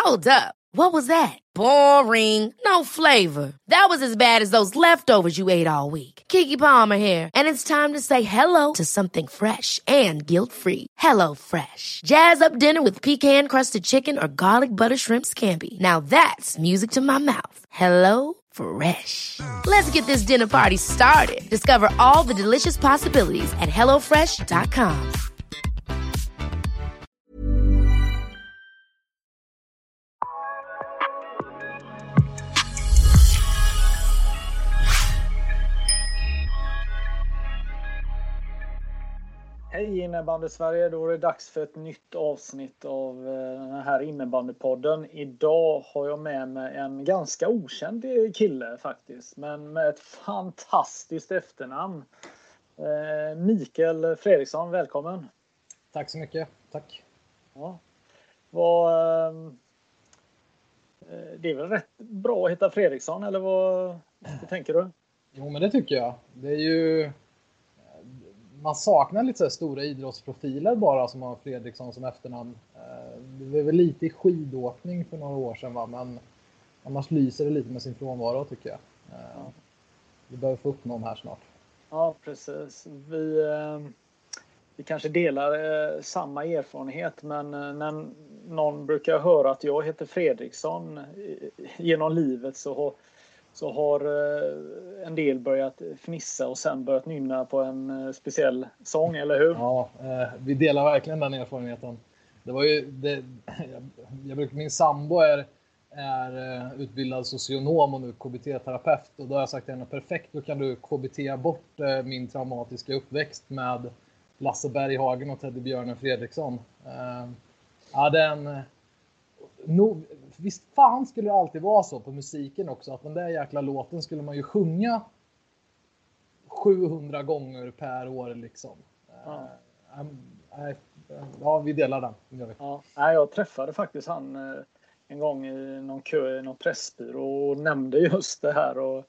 Hold up. What was that? Boring. No flavor. That was as bad as those leftovers you ate all week. Keke Palmer here, and it's time to say hello to something fresh and guilt-free. Hello Fresh. Jazz up dinner with pecan-crusted chicken or garlic butter shrimp scampi. Now that's music to my mouth. Hello Fresh. Let's get this dinner party started. Discover all the delicious possibilities at hellofresh.com. Hej innebandy Sverige, då är det dags för ett nytt avsnitt av den här innebandypodden. Idag har jag med mig en ganska okänd kille faktiskt, men med ett fantastiskt efternamn. Mikael Fredriksson, välkommen. Tack så mycket, tack. Ja. Det är väl rätt bra att heta Fredriksson, eller vad tänker du? Jo, men det tycker jag. Det är ju... Man saknar lite så här stora idrottsprofiler bara som har Fredriksson som efternamn. Det är väl lite i skidåkning för några år sedan, va? Men annars lyser det lite med sin frånvaro tycker jag. Vi behöver få upp någon här snart. Ja, precis. Vi kanske delar samma erfarenhet, men när någon brukar höra att jag heter Fredriksson genom livet så har en del börjat fnissa och sen börjat nynna på en speciell sång, eller hur? Ja, vi delar verkligen den erfarenheten. Det var ju min sambo är utbildad socionom och nu KBT-terapeut, och då har jag sagt till henne, perfekt, då kan du KBT bort min traumatiska uppväxt med Lasse Berghagen och Teddy Björnen Fredriksson. Visst fan skulle det alltid vara så på musiken också, att den där jäkla låten skulle man ju sjunga 700 gånger per år liksom. Ja, vi delar den. Ja, jag träffade faktiskt han en gång i någon kö i någon pressbyrå och nämnde just det här. Och,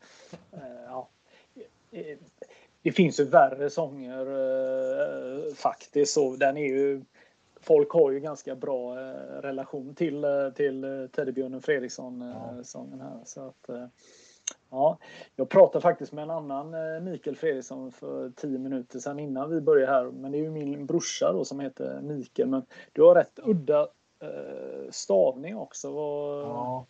det finns ju värre sånger faktiskt, så den är ju... Folk har ju ganska bra relation till Teddybjörnen Fredriksson-sången här. Så att, ja. Jag pratade faktiskt med en annan Mikael Fredriksson för 10 minuter sedan innan vi började här. Men det är ju min brorsa då som heter Mikael. Men du har rätt udda stavning också. Ja,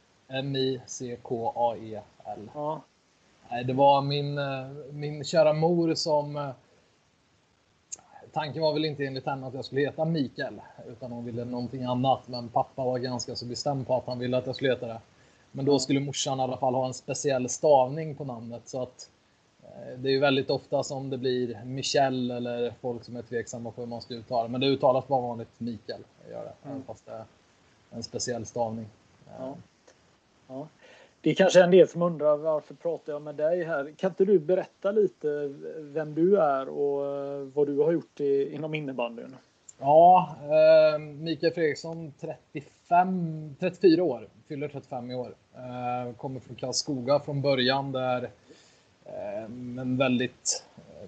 M-I-C-K-A-E-L. Ja. Nej, det var min kära mor som... Tanken var väl inte enligt henne att jag skulle heta Mikael, utan hon ville någonting annat. Men pappa var ganska så bestämd på att han ville att jag skulle heta det. Men då skulle morsan i alla fall ha en speciell stavning på namnet. Så att det är ju väldigt ofta som det blir Michel eller folk som är tveksamma på hur man ska uttala det. Men det uttalas bara vanligt Mikael. Gör det, fast det är en speciell stavning. Ja. Det är kanske en del som undrar varför pratar jag med dig här. Kan inte du berätta lite vem du är och vad du har gjort inom innebandyn? Ja, Mikael Fredriksson, 34 år. Fyller 35 i år. Kommer från Karlskoga från början där en väldigt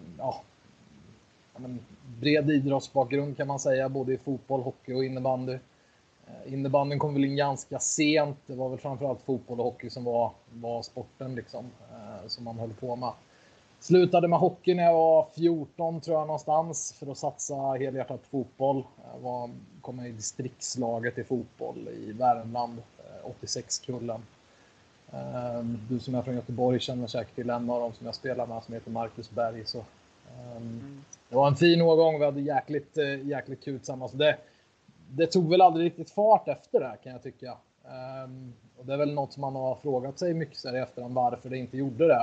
bred idrottsbakgrund kan man säga. Både i fotboll, hockey och innebandy. Innebandyn kom väl in ganska sent. Det var väl framförallt fotboll och hockey som var sporten liksom, som man höll på med. Slutade med hockey när jag var 14 tror jag någonstans, för att satsa helhjärtat på fotboll. Jag kom med i distriktslaget i fotboll i Värmland, 86-kullen. Du som är från Göteborg känner säkert till en av dem som jag spelar med som heter Marcus Berg. Så, det var en fin årgång, vi hade jäkligt kul tillsammans. Det tog väl aldrig riktigt fart efter det här, kan jag tycka. Och det är väl något som man har frågat sig mycket så här i efterhand varför det inte gjorde det.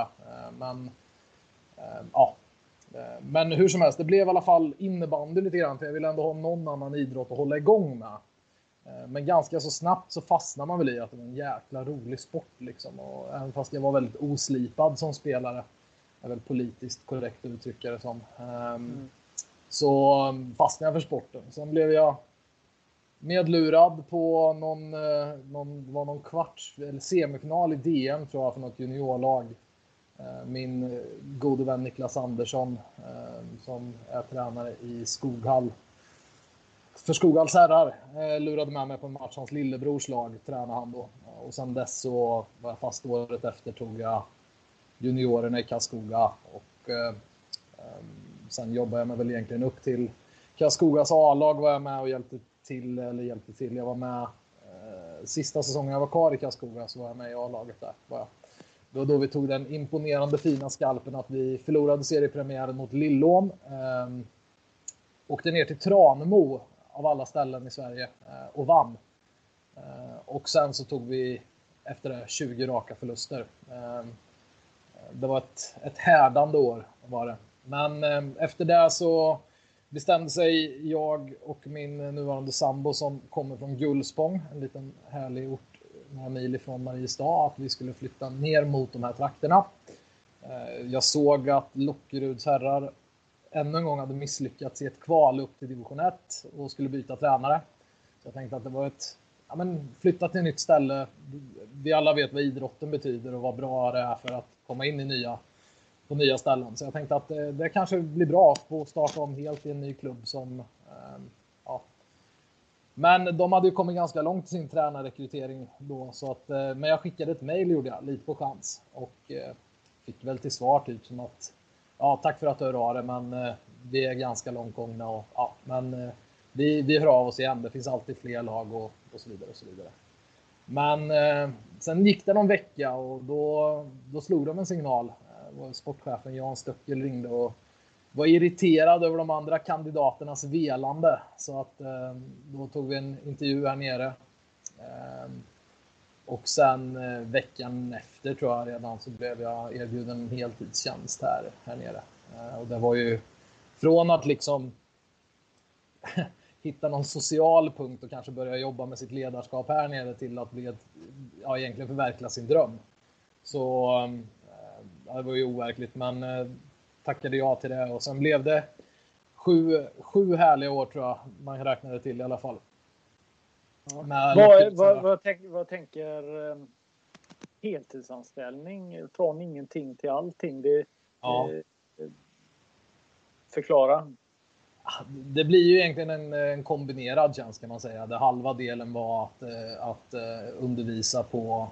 Men hur som helst, det blev i alla fall innebandy lite grann, för jag ville ändå ha någon annan idrott att hålla igång med. Men ganska så snabbt så fastnar man väl i att det var en jäkla rolig sport liksom. Och även fast jag var väldigt oslipad som spelare, är väl politiskt korrekt att uttrycka det som, så fastnade jag för sporten. Sen blev jag medlurad på någon kvarts eller semifinal i DM tror jag för något juniorlag. Min gode vän Niklas Andersson som är tränare i Skoghall för Skoghals herrar lurade med mig på en match. Hans lillebrors lag tränade han då. Och sen dess så var jag fast året efter tog jag juniorerna i Karlskoga. Och sen jobbade jag mig väl egentligen upp till Karlskogas A-lag var jag med och hjälpte till. Jag var med sista säsongen jag var kvar i Karlskoga så var jag med i A-laget där. Det var då vi tog den imponerande fina skalpen att vi förlorade seriepremiären mot Lillån. Åkte ner till Tranemo av alla ställen i Sverige och vann. Och sen så tog vi efter det 20 raka förluster. Det var ett härdande år var det. Men efter det så bestämde sig jag och min nuvarande sambo som kommer från Gullspång, en liten härlig ort några mil ifrån Mariestad, att vi skulle flytta ner mot de här trakterna. Jag såg att Lockeruds herrar ännu en gång hade misslyckats i ett kval upp till division 1 och skulle byta tränare. Så jag tänkte att det var flytta till ett nytt ställe. Vi alla vet vad idrotten betyder och vad bra det är för att komma in på nya ställen. Så jag tänkte att det kanske blir bra att starta om helt i en ny klubb som Men de hade ju kommit ganska långt i sin tränarrekrytering då. Så att, men jag skickade ett mejl, gjorde jag, lite på chans. Och fick väl till svar typ som att tack för att du hör av det, men vi är ganska långt gångna. Och, men vi hör av oss igen. Det finns alltid fler lag och så vidare och så vidare. Men sen gick det någon vecka och då slog de en signal. Sportchefen Jan Stöckel ringde och var irriterad över de andra kandidaternas velande. Så att då tog vi en intervju här nere. Och sen veckan efter tror jag redan så blev jag erbjuden en heltidstjänst här nere. Och det var ju från att liksom hitta någon social punkt och kanske börja jobba med sitt ledarskap här nere till att bli egentligen förverkliga sin dröm. Så det var ju overkligt, men tackade jag till det och sen blev det sju härliga år tror jag man räknade till i alla fall. Vad tänker heltidsanställning från ingenting till allting? Förklara. Det blir ju egentligen en kombinerad tjänst kan man säga. Det halva delen var att undervisa på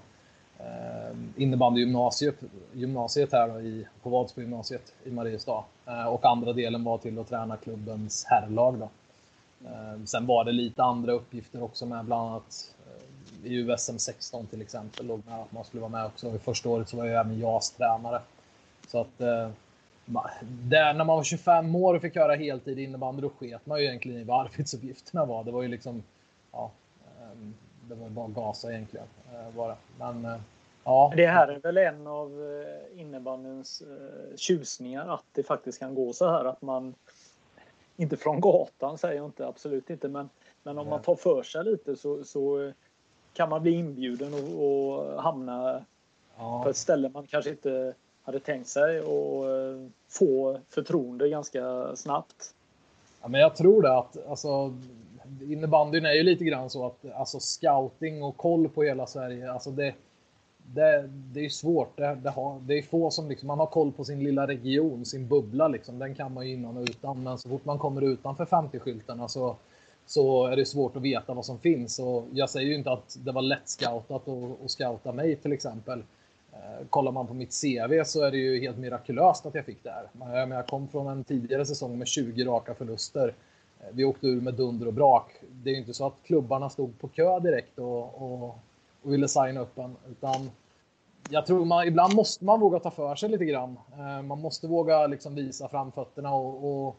innebandygymnasiet här då, på Vadsby gymnasiet i Mariestad. Och andra delen var till att träna klubbens herrlag då. Sen var det lite andra uppgifter också med, bland annat i USM 16 till exempel, och att man skulle vara med också. I första året så var jag även JAS-tränare. Så att när man var 25 år och fick göra heltid innebandy, då sket man ju egentligen i vad arbetsuppgifterna var. Det var ju liksom, det var bara gasa egentligen. Men det här är väl en av innebandyns tjusningar, att det faktiskt kan gå så här att man inte från gatan, säger jag inte, absolut inte, men om man tar för sig lite så kan man bli inbjuden och hamna på ett ställe man kanske inte hade tänkt sig och få förtroende ganska snabbt. Ja, men jag tror det att innebandyn är ju lite grann så att scouting och koll på hela Sverige, det är svårt. Det är få som liksom, man har koll på sin lilla region, sin bubbla liksom, den kan man ju innan och utan, men så fort man kommer utanför 50-skyltarna så är det svårt att veta vad som finns. Och jag säger ju inte att det var lätt scoutat och scouta mig till exempel. Kollar man på mitt CV så är det ju helt mirakulöst att jag fick det här. Men jag kom från en tidigare säsong med 20 raka förluster. Vi åkte ur med dunder och brak. Det är ju inte så att klubbarna stod på kö direkt och ville signa upp en, utan jag tror ibland måste man våga ta för sig lite grann. Man måste våga liksom visa framfötterna och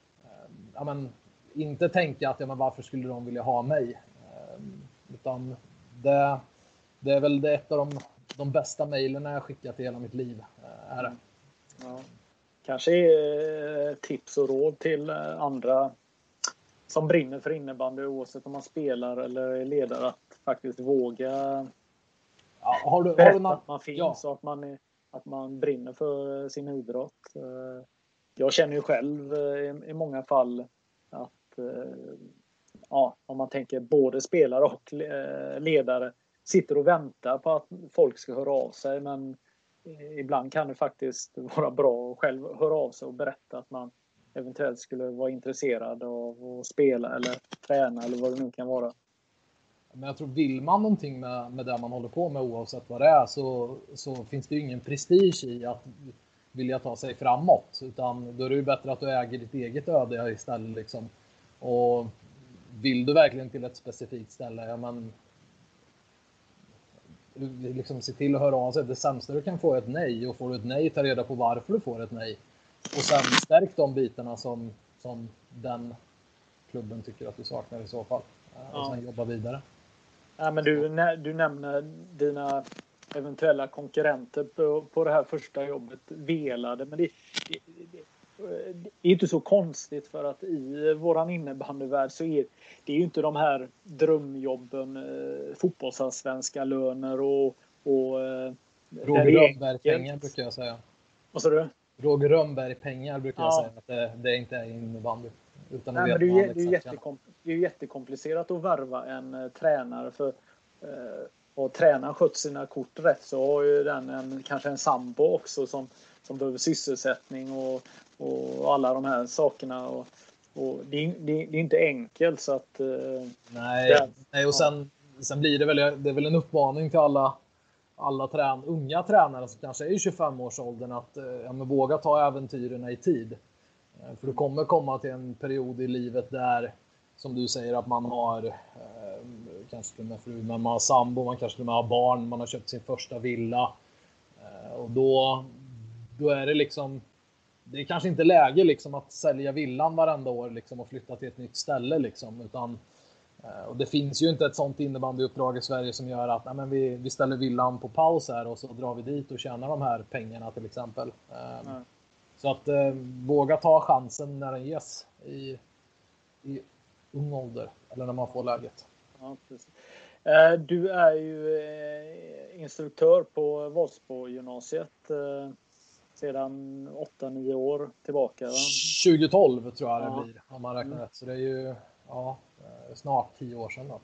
inte tänka att varför skulle de vilja ha mig? Utan det är väl ett av de bästa mejlen jag skickat i hela mitt liv. Är det. Ja. Kanske är tips och råd till andra som brinner för innebandy, oavsett om man spelar eller är ledare, att faktiskt våga berätta att man finns och att man brinner för sin idrott. Jag känner ju själv i många fall att om man tänker både spelare och ledare sitter och väntar på att folk ska höra av sig, men ibland kan det faktiskt vara bra att själv höra av sig och berätta att eventuellt skulle vara intresserad av att spela eller träna eller vad det nu kan vara. Men jag tror, vill man någonting med det man håller på med, oavsett vad det är, så finns det ju ingen prestige i att vilja ta sig framåt. Utan då är det ju bättre att du äger ditt eget öde istället. Liksom. Och vill du verkligen till ett specifikt ställe, ja, men liksom se till att höra av sig. Det sämsta du kan få är ett nej, och får du ett nej, ta reda på varför du får ett nej. Och sen stärk de bitarna som den klubben tycker att du saknar i så fall. Och sen jobba vidare. Ja, men du nämner dina eventuella konkurrenter på det här första jobbet velade, men det är inte så konstigt, för att i våran innebandyvärld så är det ju inte de här drömjobben, fotbollsallsvenska löner och Roger Rönnberg-pengar brukar jag säga. Vad sa du? Roger Rönnberg-pengar brukar jag säga att det inte är innebandy. Utan nej, men det är ju jättekomplicerat att värva en tränare, för och tränaren skött sina kort rätt, så har ju den kanske en sambo också som behöver sysselsättning och alla de här sakerna, och det är inte enkelt, så att nej, och sen blir det är väl en uppmaning till alla unga tränare som kanske är i 25-årsåldern att våga ta äventyren i tid. För det kommer komma till en period i livet där, som du säger, att man har kanske till och med fru, men man har sambo, man kanske till och med har barn, man har köpt sin första villa. Och då är det liksom, det är kanske inte läge liksom att sälja villan varenda år liksom och flytta till ett nytt ställe liksom, utan och det finns ju inte ett sånt innebandyuppdrag i Sverige som gör att vi ställer villan på paus här och så drar vi dit och tjänar de här pengarna till exempel. Så att våga ta chansen när den ges i ung ålder, eller när man får läget. Ja, precis. Du är ju instruktör på Valsbo-gymnasiet sedan 8-9 år tillbaka. Va? 2012 tror jag det blir, om man räknar rätt. Så det är ju snart 10 år sedan då.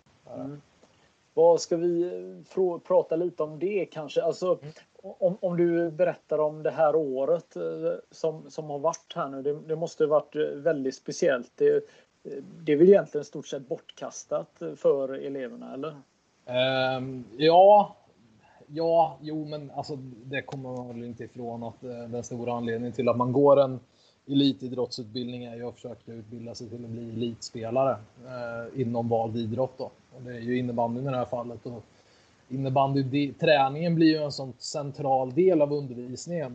Vad ska vi prata lite om det kanske? Alltså, om du berättar om det här året som har varit här nu. Det måste ha varit väldigt speciellt. Det är väl egentligen stort sett bortkastat för eleverna, eller? Men alltså, det kommer man väl inte ifrån att den stora anledningen till att man går en elitidrottsutbildning är ju att försöka utbilda sig till att bli elitspelare inom vald idrott då. Och det är ju innebandyn i det här fallet. Och innebandyträningen blir ju en sån central del av undervisningen.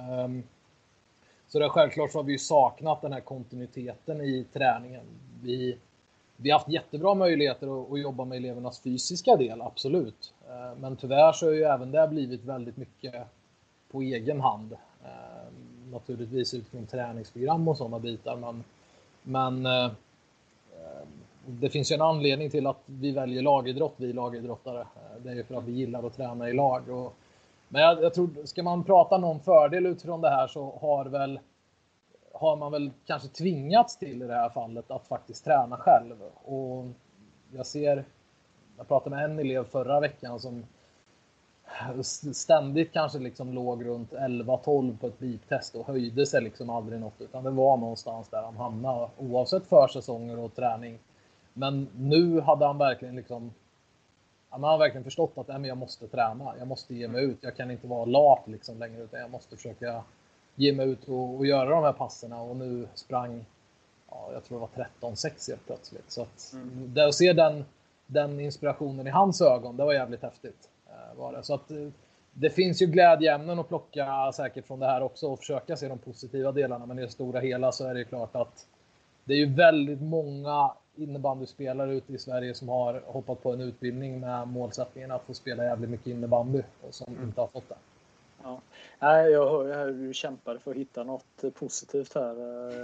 Så det är självklart, så har vi ju saknat den här kontinuiteten i träningen. Vi har haft jättebra möjligheter att jobba med elevernas fysiska del, absolut. Men tyvärr så har ju även det blivit väldigt mycket på egen hand. Naturligtvis utifrån träningsprogram och sådana bitar. Men det finns ju en anledning till att vi väljer lagidrott, vi lagidrottare. Det är ju för att vi gillar att träna i lag. Men jag tror, ska man prata någon fördel utifrån det här, så har man väl kanske tvingats till i det här fallet att faktiskt träna själv. Och jag pratade med en elev förra veckan som ständigt kanske liksom låg runt 11-12 på ett beep-test och höjde sig liksom aldrig något, utan det var någonstans där han hamnade oavsett försäsonger och träning. Men nu hade han verkligen liksom, han har verkligen förstått att jag måste träna, jag måste ge mig ut, jag kan inte vara lat liksom längre, utan jag måste försöka ge mig ut och göra de här passerna. Och nu sprang, jag tror det var 13-6 helt plötsligt. Så att att se den inspirationen i hans ögon, det var jävligt häftigt. Var det. Så att det finns ju glädjeämnen att plocka säkert från det här också och försöka se de positiva delarna. Men i det stora hela så är det klart att det är ju väldigt många innebandyspelare ute i Sverige som har hoppat på en utbildning med målsättningen att få spela jävligt mycket innebandy och som inte har fått det. Ja, jag hör ju hur du kämpar för att hitta något positivt här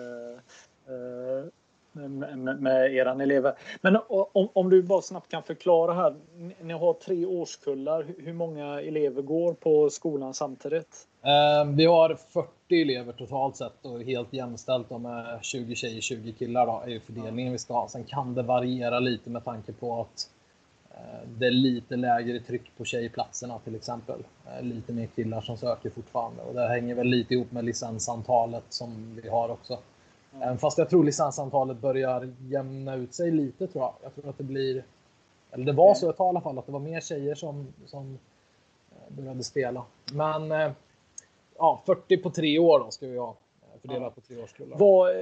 med eran elever. Men om du bara snabbt kan förklara här. Ni har 3 årskullar. Hur många elever går på skolan samtidigt? Vi har 40 elever totalt sett och helt jämställt med 20 tjejer, 20 killar då, är ju fördelningen vi ska ha. Sen kan det variera lite med tanke på att det är lite lägre tryck på tjejplatserna till exempel. Lite mer killar som söker fortfarande. Och det hänger väl lite ihop med licensantalet som vi har också. Fast jag tror licensantalet börjar jämna ut sig lite, tror jag. Jag tror att det blir, eller det var så i alla fall, att det var mer tjejer som började spela. Men 40 på 3 år då ska vi ha, fördelat på 3 årskullar.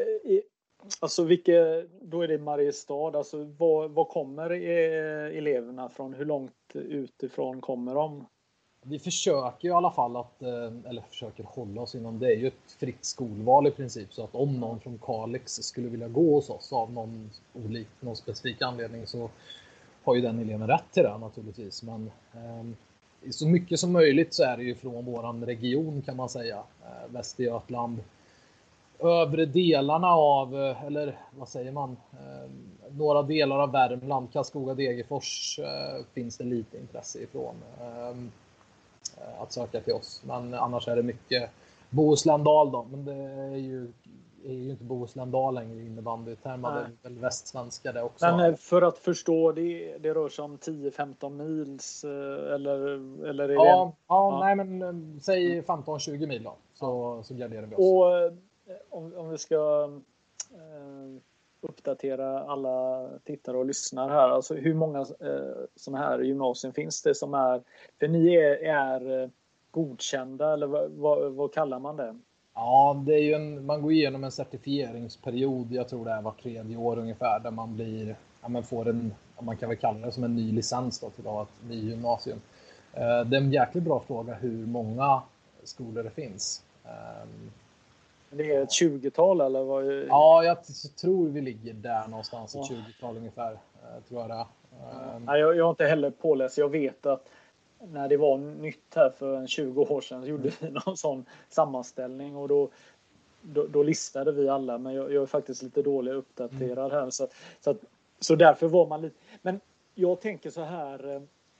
Då är det Mariestad. Alltså, vad kommer eleverna från? Hur långt utifrån kommer de? Vi försöker i alla fall försöker hålla oss inom, det är ju ett fritt skolval i princip, så att om någon från Kalix skulle vilja gå hos oss av någon specifik anledning, så har ju den eleven rätt till det naturligtvis. Men så mycket som möjligt så är det ju från våran region, kan man säga. Västergötland, övre delarna av, eller vad säger man, några delar av Värmland, Karlskoga, Degerfors, finns det lite intresse ifrån att söka till oss. Men annars är det mycket Bohuslän-Dal då, men det är ju inte Bohuslän-Dal längre i innebandytermer, det är väl västsvenska det också. Men för att förstå, det rör sig om 10-15 mils eller är det nej, men säg 15-20 mil då, så garderar vi oss. Och om vi ska uppdatera alla tittare och lyssnare här, alltså hur många sådana här gymnasium finns det som är, för ni är godkända, eller vad kallar man det? Ja, det är ju man går igenom en certifieringsperiod, jag tror det är var 3:e år ungefär, där man blir, får man kan väl kalla det som en ny licens då, till att ha ett ny gymnasium. Det är en jäkligt bra fråga hur många skolor det finns. Det är ett 20-tal eller vad? Ja, jag tror vi ligger där någonstans, ett 20-tal ungefär, tror jag det. Nej, jag har inte heller påläst. Jag vet att när det var nytt här för en 20 år sedan så gjorde vi någon sån sammanställning, och då listade vi alla, men jag är faktiskt lite dålig uppdaterad här, så därför var man lite, men jag tänker så här,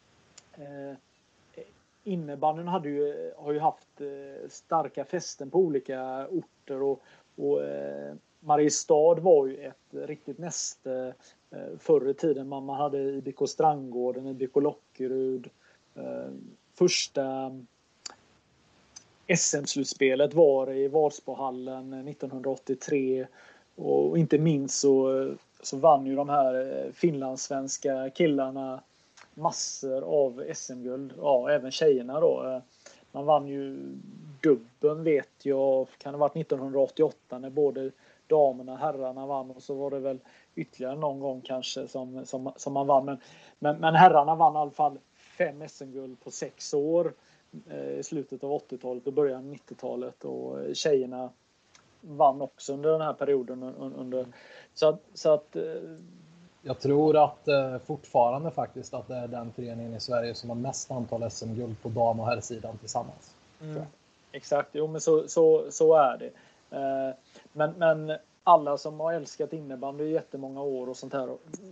innebandyn har ju haft starka fästen på olika orter, och Mariestad var ju ett riktigt näste förr i tiden. Man hade IBK Strandgården, IBK Lockerud. Första SM-slutspelet var i Vadsbohallen 1983, och inte minst så vann ju de här finlandssvenska killarna massor av SM-guld. Ja, även tjejerna då. Man vann ju dubben, vet jag, kan det ha varit 1988 när både damerna och herrarna vann, och så var det väl ytterligare någon gång kanske som man vann. Men herrarna vann i alla fall 5 SM-guld på 6 år i slutet av 80-talet och början av 90-talet, och tjejerna vann också under den här perioden. Så att jag tror att fortfarande faktiskt att det är den föreningen i Sverige som har mest antal SM-guld på dam- och herrsidan tillsammans. Exakt, jo, men så är det. Men alla som har älskat innebandy i jättemånga år och sånt här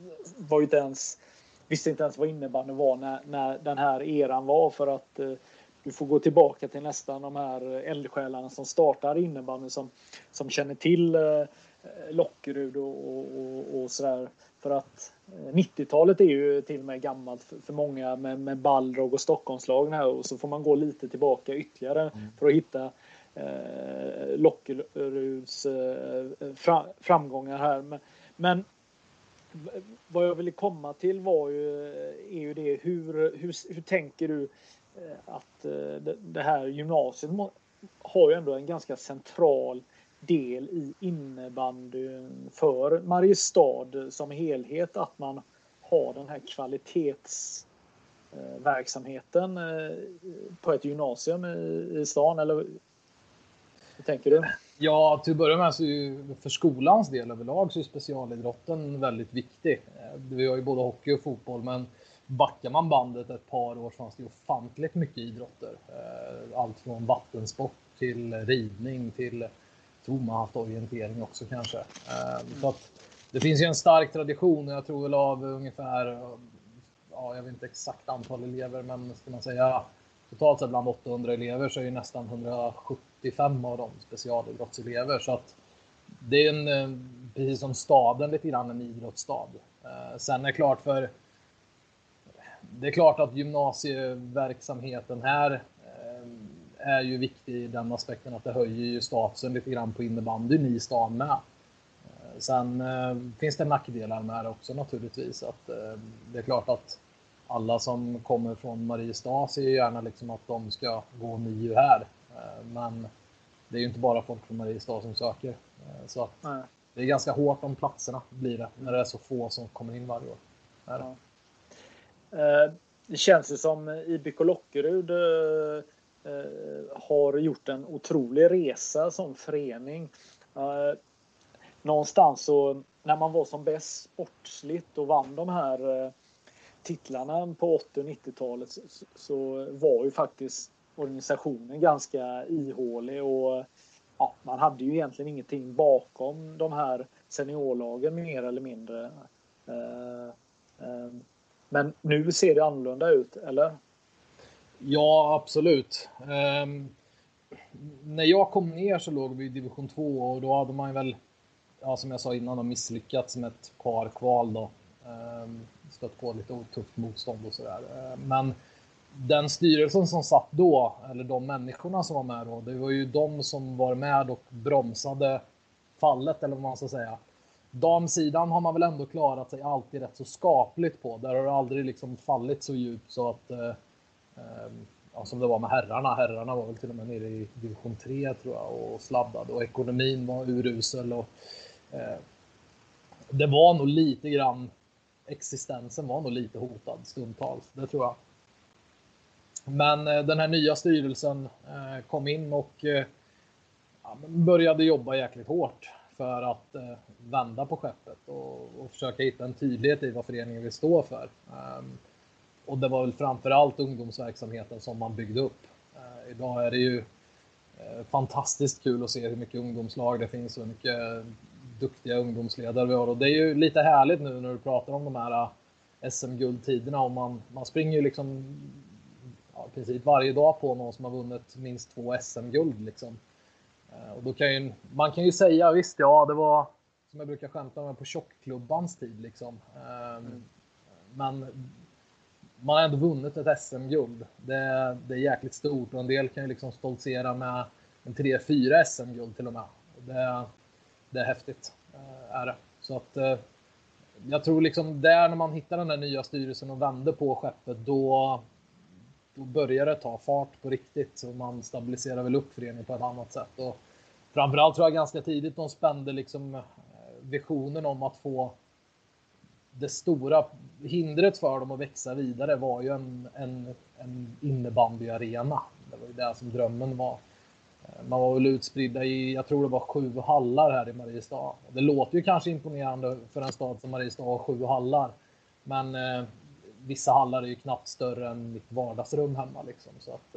visste inte ens vad innebandy var när den här eran var, för att du får gå tillbaka till nästan de här eldsjälarna som startar innebandy som känner till Lockerud och sådär. För att 90-talet är ju till och med gammalt för många med Balrog och Stockholmslagen här, och så får man gå lite tillbaka ytterligare för att hitta Lockeruds framgångar här. Men vad jag ville komma till är ju det, hur tänker du att det här gymnasiet har ju ändå en ganska central del i innebandyn för Mariestad som helhet, att man har den här kvalitetsverksamheten på ett gymnasium i stan, eller hur tänker du? Ja, till att börja med så för skolans del överlag så är specialidrotten väldigt viktig. Vi har ju både hockey och fotboll, men backar man bandet ett par år fanns det ju ofantligt mycket idrotter. Allt från vattensport till ridning till, tror man haft orientering också kanske. Så att det finns ju en stark tradition, jag tror väl av ungefär, jag vet inte exakt antal elever, men ska man säga totalt sett bland 800 elever så är ju nästan 175 av dem specialidrottselever. Så att det är precis som staden lite grann en idrottsstad. Sen är det är klart att gymnasieverksamheten här är ju viktig i den aspekten att det höjer ju statusen lite grann på innebandyn i stan med. Sen finns det nackdelar med det också naturligtvis. Att, det är klart att alla som kommer från Mariestad ser gärna liksom att de ska gå NIU här. Men det är ju inte bara folk från Mariestad som söker. Så att det är ganska hårt om platserna blir det när det är så få som kommer in varje år. Ja. Det känns ju som IBK Lockerud har gjort en otrolig resa som förening. Någonstans så när man var som bäst sportsligt och vann de här titlarna på 80- och 90-talet så var ju faktiskt organisationen ganska ihålig och man hade ju egentligen ingenting bakom de här seniorlagen mer eller mindre. Men nu ser det annorlunda ut, eller? Ja, absolut. När jag kom ner så låg vi i division 2 och då hade man väl, som jag sa innan, misslyckats med ett par kval då. Stött på lite otufft motstånd och sådär. Men den styrelsen som satt då, eller de människorna som var med då, det var ju de som var med och bromsade fallet, eller vad man ska säga. Damsidan har man väl ändå klarat sig alltid rätt så skapligt på. Där har det aldrig liksom fallit så djupt så att som det var med herrarna. Herrarna var väl till och med nere i division 3 tror jag och sladdade och ekonomin var urusel och det var nog lite grann, existensen var nog lite hotad stundtals, det tror jag. Men den här nya styrelsen kom in och började jobba jäkligt hårt för att vända på skeppet och försöka hitta en tydlighet i vad föreningen vill stå för. Och det var väl framförallt ungdomsverksamheten som man byggde upp. Idag är det ju fantastiskt kul att se hur mycket ungdomslag det finns och hur mycket duktiga ungdomsledare vi har. Och det är ju lite härligt nu när du pratar om de här SM-guldtiderna och man springer ju liksom i princip varje dag på någon som har vunnit minst 2 SM-guld liksom. Och då man kan ju säga visst, det var som jag brukar skämta med på tjockklubbans tid liksom. Men man har ändå vunnit ett SM-guld. Det är jäkligt stort och en del kan ju liksom stoltsera med en 3-4 SM-guld till och med. Det är häftigt, är det. Så att jag tror liksom där när man hittar den där nya styrelsen och vänder på skeppet då börjar det ta fart på riktigt så man stabiliserar väl upp föreningen på ett annat sätt. Och framförallt tror jag ganska tidigt de spände liksom visionen om att få det stora hindret för dem att växa vidare var ju en innebandyarena. Det var ju det som drömmen var. Man var väl utspridda i, jag tror det var 7 hallar här i Mariestad. Det låter ju kanske imponerande för en stad som Mariestad har 7 hallar. Men vissa hallar är ju knappt större än mitt vardagsrum hemma liksom.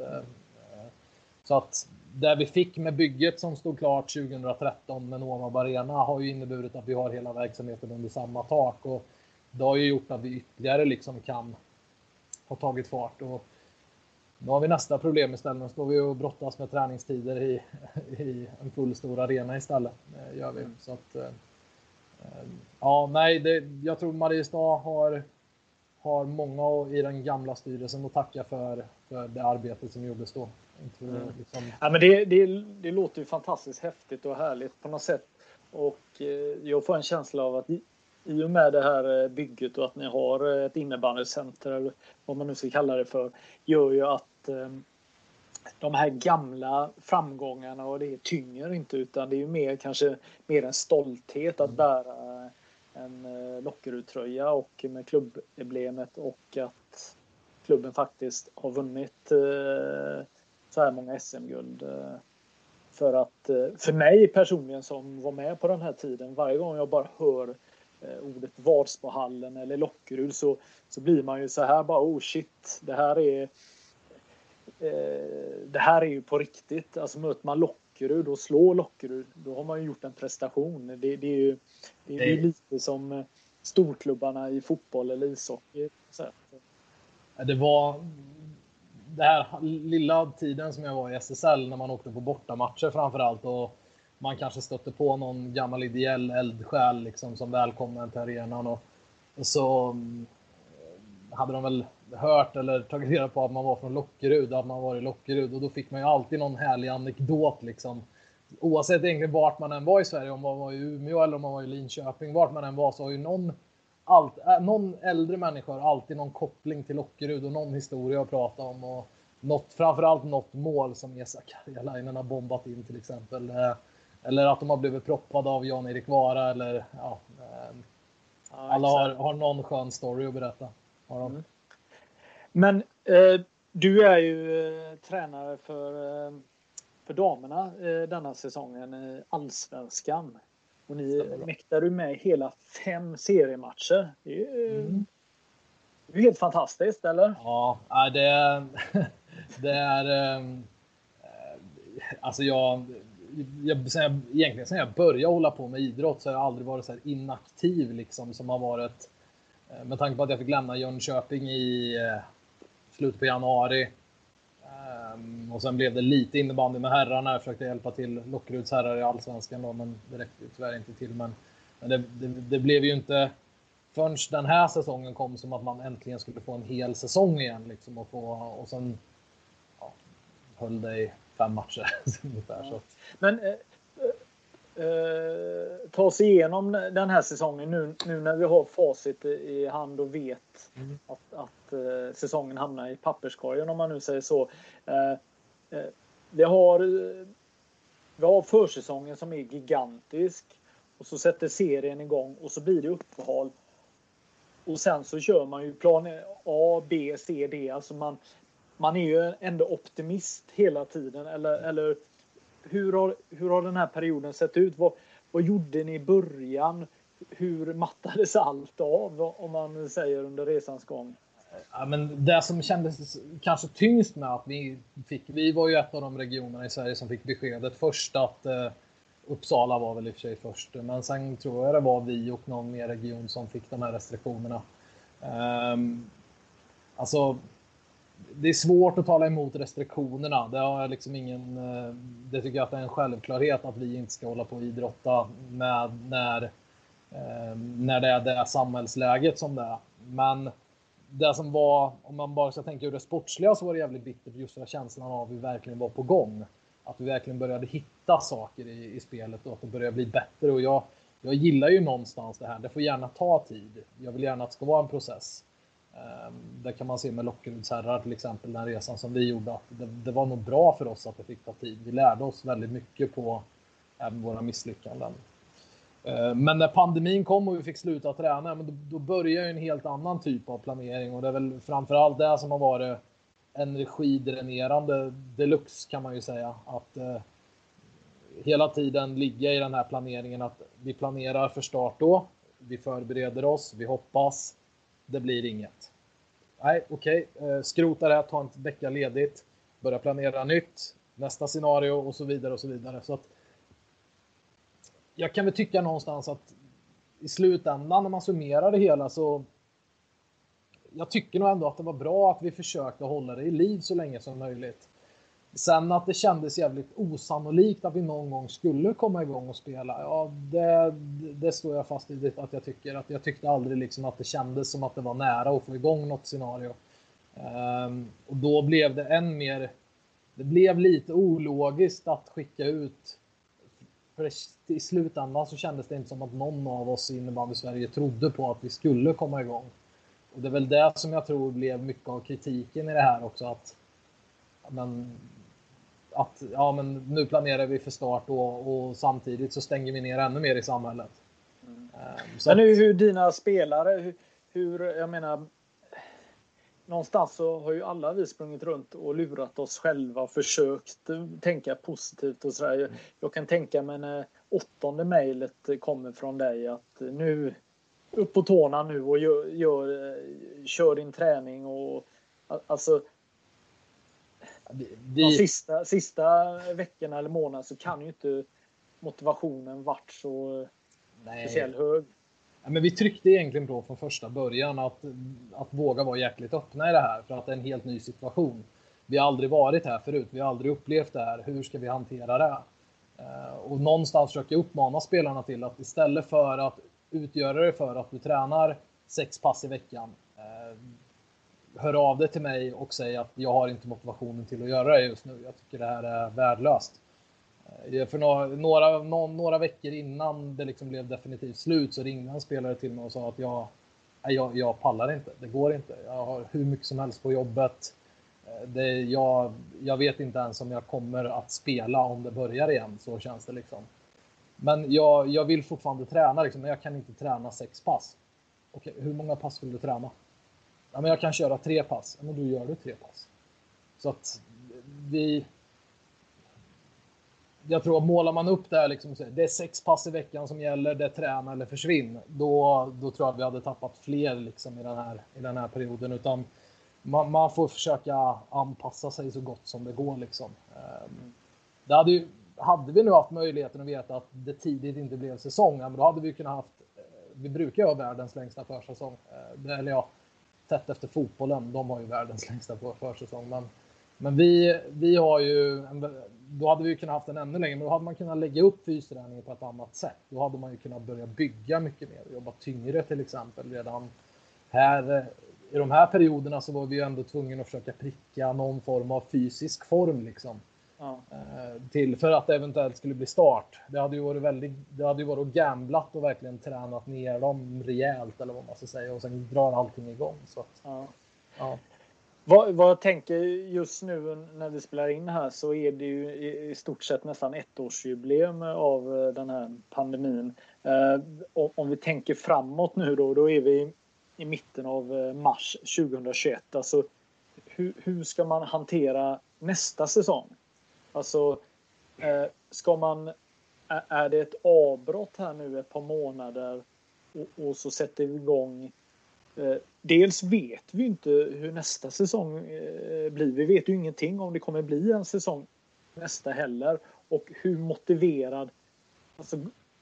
Så att det vi fick med bygget som stod klart 2013 med Novab Arena har ju inneburit att vi har hela verksamheten under samma tak. Och det har ju gjort att vi ytterligare liksom kan ha tagit fart. Och nu har vi nästa problem istället. Nu står vi och brottas med träningstider i en full stor arena istället. Gör vi. Så att, jag tror Mariestad har många i den gamla styrelsen att tacka för det arbetet som gjordes då. Liksom... Ja, men det låter ju fantastiskt häftigt och härligt på något sätt. Och jag får en känsla av att i och med det här bygget och att ni har ett innebandycenter eller vad man nu ska kalla det för, gör ju att de här gamla framgångarna och det tynger inte utan det är ju mer en stolthet att bära en Lockerud-tröja och med klubbemblemet och att klubben faktiskt har vunnit så här många SM-guld. För att för mig personligen som var med på den här tiden, varje gång jag bara hör ordet Vadsbohallen eller Lockerud så blir man ju så här bara oh shit, det här är ju på riktigt. Alltså möter man Lockerud och slår Lockerud, då har man ju gjort en prestation. Det är ju lite som storklubbarna i fotboll eller ishockey. Det var det här lilla tiden som jag var i SSL när man åkte på bortamatcher framförallt och man kanske stötte på någon gammal ideell eldsjäl liksom, som välkomnade till arenan och så hade de väl hört eller tagit reda på att man var från Lockerud, att man var i Lockerud och då fick man ju alltid någon härlig anekdot liksom oavsett egentligen vart man än var i Sverige, om man var i Umeå eller om man var i Linköping, vart man än var, så har ju någon äldre människa har alltid någon koppling till Lockerud och någon historia att prata om, och framförallt något mål som Esa Karjalainen har bombat in till exempel, eller att de har blivit proppade av Jan-Erik Vara, eller alla har någon skön story att berätta. Men du är ju tränare för damerna denna säsongen i Allsvenskan. Och ni mäktar du med hela 5 seriematcher. Det är ju helt fantastiskt, eller? Ja, det är alltså egentligen sen jag började hålla på med idrott så har jag aldrig varit så här inaktiv liksom, som har varit, med tanke på att jag fick lämna Jönköping i slutet på januari. Och sen blev det lite innebandy med herrarna. Jag försökte hjälpa till Lockeruds herrar i Allsvenskan då, men det räckte tyvärr inte till. Men det blev ju inte förrän den här säsongen kom som att man äntligen skulle få en hel säsong igen liksom, och sen höll det i 5 matcher ungefär. Så. Men ta oss igenom den här säsongen nu när vi har facit i hand och vet att säsongen hamnar i papperskorgen, om man nu säger så. Vi har försäsongen som är gigantisk, och så sätter serien igång och så blir det uppehåll, och sen så kör man ju plan A, B, C, D. Alltså man är ju ändå optimist hela tiden, eller hur har den här perioden sett ut? Vad gjorde ni i början? Hur mattades allt av, om man säger, under resans gång? Ja, men det som kändes kanske tyngst med att vi var ju ett av de regionerna i Sverige som fick beskedet först att Uppsala var väl i och för sig först, men sen tror jag det var vi och någon mer region som fick de här restriktionerna. Alltså det är svårt att tala emot restriktionerna. Det har liksom det tycker jag att det är en självklarhet att vi inte ska hålla på och idrotta med när det är det samhällsläget som det är. Men det som var, om man bara ska tänka ur det sportsliga, så var det jävligt bittert just den känslan av att vi verkligen var på gång. Att vi verkligen började hitta saker i spelet och att det började bli bättre. Och jag gillar ju någonstans det här. Det får gärna ta tid. Jag vill gärna att det ska vara en process. Det kan man se med Lockeruds herrar till exempel, den resan som vi gjorde. Att det var nog bra för oss att det fick ta tid. Vi lärde oss väldigt mycket på även våra misslyckanden. Men när pandemin kom och vi fick sluta träna, men då började en helt annan typ av planering. Och det är väl framförallt det som har varit energidränerande deluxe, kan man ju säga. Att hela tiden ligga i den här planeringen, att vi planerar för start då. Vi förbereder oss, vi hoppas. Det blir inget. Nej, okej. Skrota det, ta en vecka ledigt. Börja planera nytt. Nästa scenario och så vidare och så vidare. Så att jag kan väl tycka någonstans att i slutändan när man summerar det hela, så jag tycker nog ändå att det var bra att vi försökte hålla det i liv så länge som möjligt. Sen att det kändes jävligt osannolikt att vi någon gång skulle komma igång och spela. Ja, det står jag fast i att jag tycker. Att jag tyckte aldrig liksom att det kändes som att det var nära att få igång något scenario. Och då blev det än mer... Det blev lite ologiskt att skicka ut. För i slutändan så kändes det inte som att någon av oss i innebandy Sverige trodde på att vi skulle komma igång. Och det är väl det som jag tror blev mycket av kritiken i det här också. Men nu planerar vi för start och samtidigt så stänger vi ner ännu mer i samhället. Men hur dina spelare, jag menar, någonstans så har ju alla vi sprungit runt och lurat oss själva och försökt tänka positivt och sådär. Jag kan tänka mig när 8:e mejlet kommer från dig att nu upp på tårna nu och kör din träning, och alltså de sista veckorna eller månaderna så kan ju inte motivationen varit så speciellt hög. Ja, men vi tryckte egentligen på från första början att våga vara jäkligt öppna i det här, för att det är en helt ny situation. Vi har aldrig varit här förut, vi har aldrig upplevt det här. Hur ska vi hantera det? Och någonstans försöker jag uppmana spelarna till att istället för att utgöra det för att du tränar 6 pass i veckan, hör av dig till mig och säg att jag har inte motivationen till att göra det just nu. Jag tycker det här är värdelöst. För några veckor innan det liksom blev definitivt slut så ringde en spelare till mig och sa att jag pallar inte, det går inte. Jag har hur mycket som helst på jobbet. Jag vet inte ens om jag kommer att spela om det börjar igen, så känns det liksom. Men jag vill fortfarande träna liksom, men jag kan inte träna 6 pass. Okej, hur många pass vill du träna? Ja, men jag kan köra 3 pass. Ja, men då gör du 3 pass. Så att jag tror att målar man upp det här liksom, det är 6 pass i veckan som gäller, det är träna eller försvinn. Då tror jag att vi hade tappat fler liksom i den här perioden. Utan man får försöka anpassa sig så gott som det går liksom. Hade vi nu haft möjligheten att veta att det tidigt inte blev säsong, men då hade vi kunnat haft, vi brukar ju ha världens längsta försäsong. Eller ja, tätt efter fotbollen, de har ju världens längsta försäsong. Men vi har ju, då hade vi kunnat haft en ännu längre, men då hade man kunnat lägga upp fysträningen på ett annat sätt. Då hade man ju kunnat börja bygga mycket mer, jobba tyngre till exempel. Redan här, i de här perioderna så var vi ju ändå tvungna att försöka pricka någon form av fysisk form liksom. Ja. För att det eventuellt skulle bli start. Det hade ju varit gamblat och verkligen tränat ner dem rejält eller vad man ska säga, och sen drar allting igång så. Ja. Vad jag tänker just nu när vi spelar in här, så är det ju i stort sett nästan 1-årsjubileum av den här pandemin. Om vi tänker framåt nu då är vi i mitten av mars 2021. Alltså hur ska man hantera nästa säsong? Alltså är det ett avbrott här nu ett par månader och så sätter vi igång. Dels vet vi inte hur nästa säsong blir. Vi vet ju ingenting om det kommer bli en säsong nästa heller. Och hur motiverad, alltså,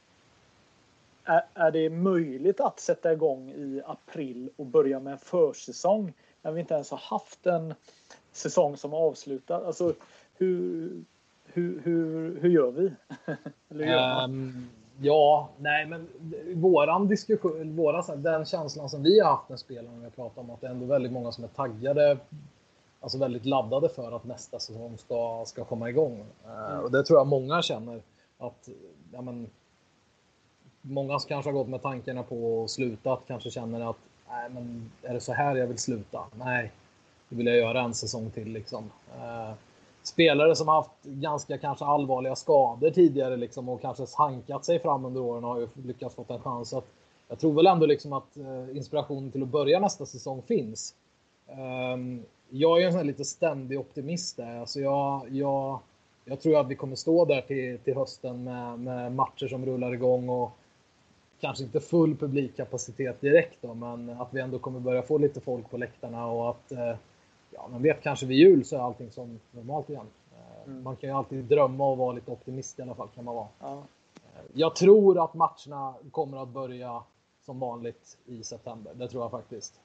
är det möjligt att sätta igång i april och börja med en försäsong när vi inte ens har haft en säsong som avslutar? Alltså hur gör vi? Eller gör man? Ja, nej, men våran diskussion, den känslan som vi har haft med spelarna, vi pratar om att det är ändå väldigt många som är taggade, alltså väldigt laddade för att nästa säsong ska komma igång. Och det tror jag många känner att, ja, men många som kanske har gått med tankarna på att sluta, att kanske känner att nej, men är det så här jag vill sluta? Nej, det vill jag göra en säsong till liksom. Spelare som har haft ganska kanske allvarliga skador tidigare liksom, och kanske hankat sig fram under åren har ju lyckats få en chans. Så att jag tror väl ändå liksom att inspirationen till att börja nästa säsong finns. Jag är en sån här lite ständig optimist där. Alltså jag tror att vi kommer stå där till hösten med matcher som rullar igång och kanske inte full publikkapacitet direkt då, men att vi ändå kommer börja få lite folk på läktarna och att man vet kanske vid jul så är allting som normalt igen. Man kan ju alltid drömma och vara lite optimist i alla fall, kan man vara. Ja. Jag tror att matcherna kommer att börja som vanligt i september. Det tror jag faktiskt.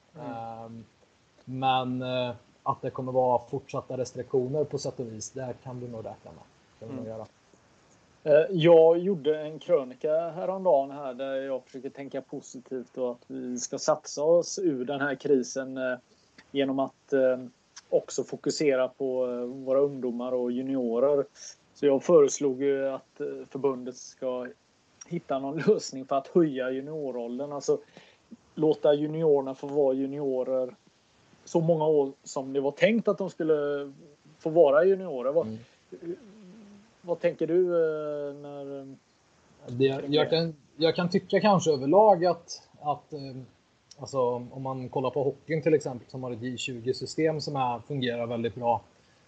Men att det kommer vara fortsatta restriktioner på sätt och vis, där kan du nog räkna med. Kan du nog göra. Jag gjorde en krönika häromdagen här där jag försöker tänka positivt och att vi ska satsa oss ur den här krisen genom att också fokusera på våra ungdomar och juniorer. Så jag föreslog att förbundet ska hitta någon lösning för att höja juniorrollen. Alltså låta juniorerna få vara juniorer så många år som det var tänkt att de skulle få vara juniorer. Vad tänker du när... Jag kan tycka kanske överlag att alltså, om man kollar på hockeyn till exempel, som har ett J20-system som fungerar väldigt bra.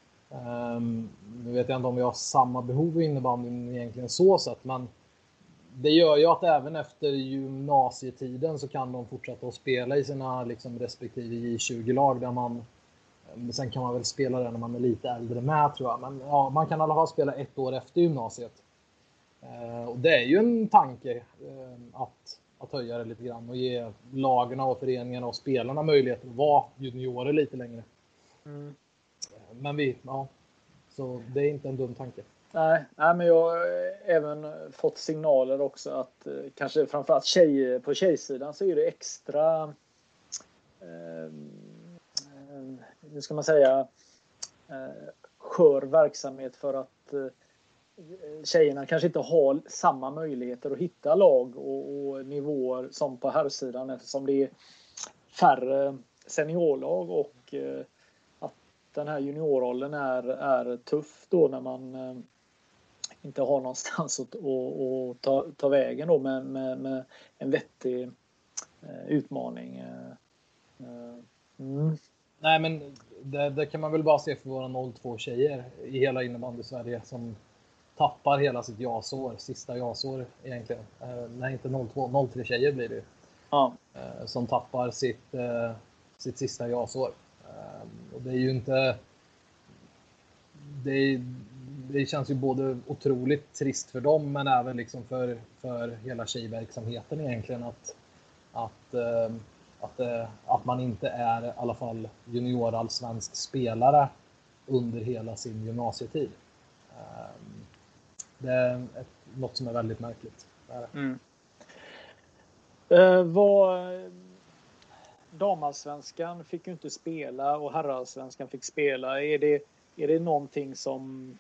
Nu vet jag inte om vi har samma behov i innebandyn egentligen så sett, men det gör ju att även efter gymnasietiden så kan de fortsätta att spela i sina liksom, respektive J20-lag där sen kan man väl spela det när man är lite äldre med, tror jag. Men ja, man kan i alla fall spela 1 år efter gymnasiet. Och det är ju en tanke att höja det lite grann och ge lagarna och föreningarna och spelarna möjlighet att vara juniorer lite längre. Men så det är inte en dum tanke. Nej, men jag har även fått signaler också att kanske framförallt på tjejsidan så är det extra hur ska man säga skör verksamhet för att tjejerna kanske inte har samma möjligheter att hitta lag och nivåer som på herrsidan, eftersom det är färre seniorlag och att den här juniorrollen är tuff då när man inte har någonstans att ta vägen då med en vettig utmaning. Nej, men det kan man väl bara se för våra 02 tjejer i hela innebandy Sverige som tappar hela sitt jasår, sista jasår egentligen. Nej, inte 02, 03 tjejer blir det ju. Ja. Som tappar sitt sista jasår. Och det är ju inte... Det känns ju både otroligt trist för dem, men även liksom för hela tjejverksamheten egentligen att man inte är i alla fall juniorallsvensk spelare under hela sin gymnasietid. Det är något som är väldigt märkligt. Damallsvenskan fick ju inte spela och herrallsvenskan fick spela. Är det någonting som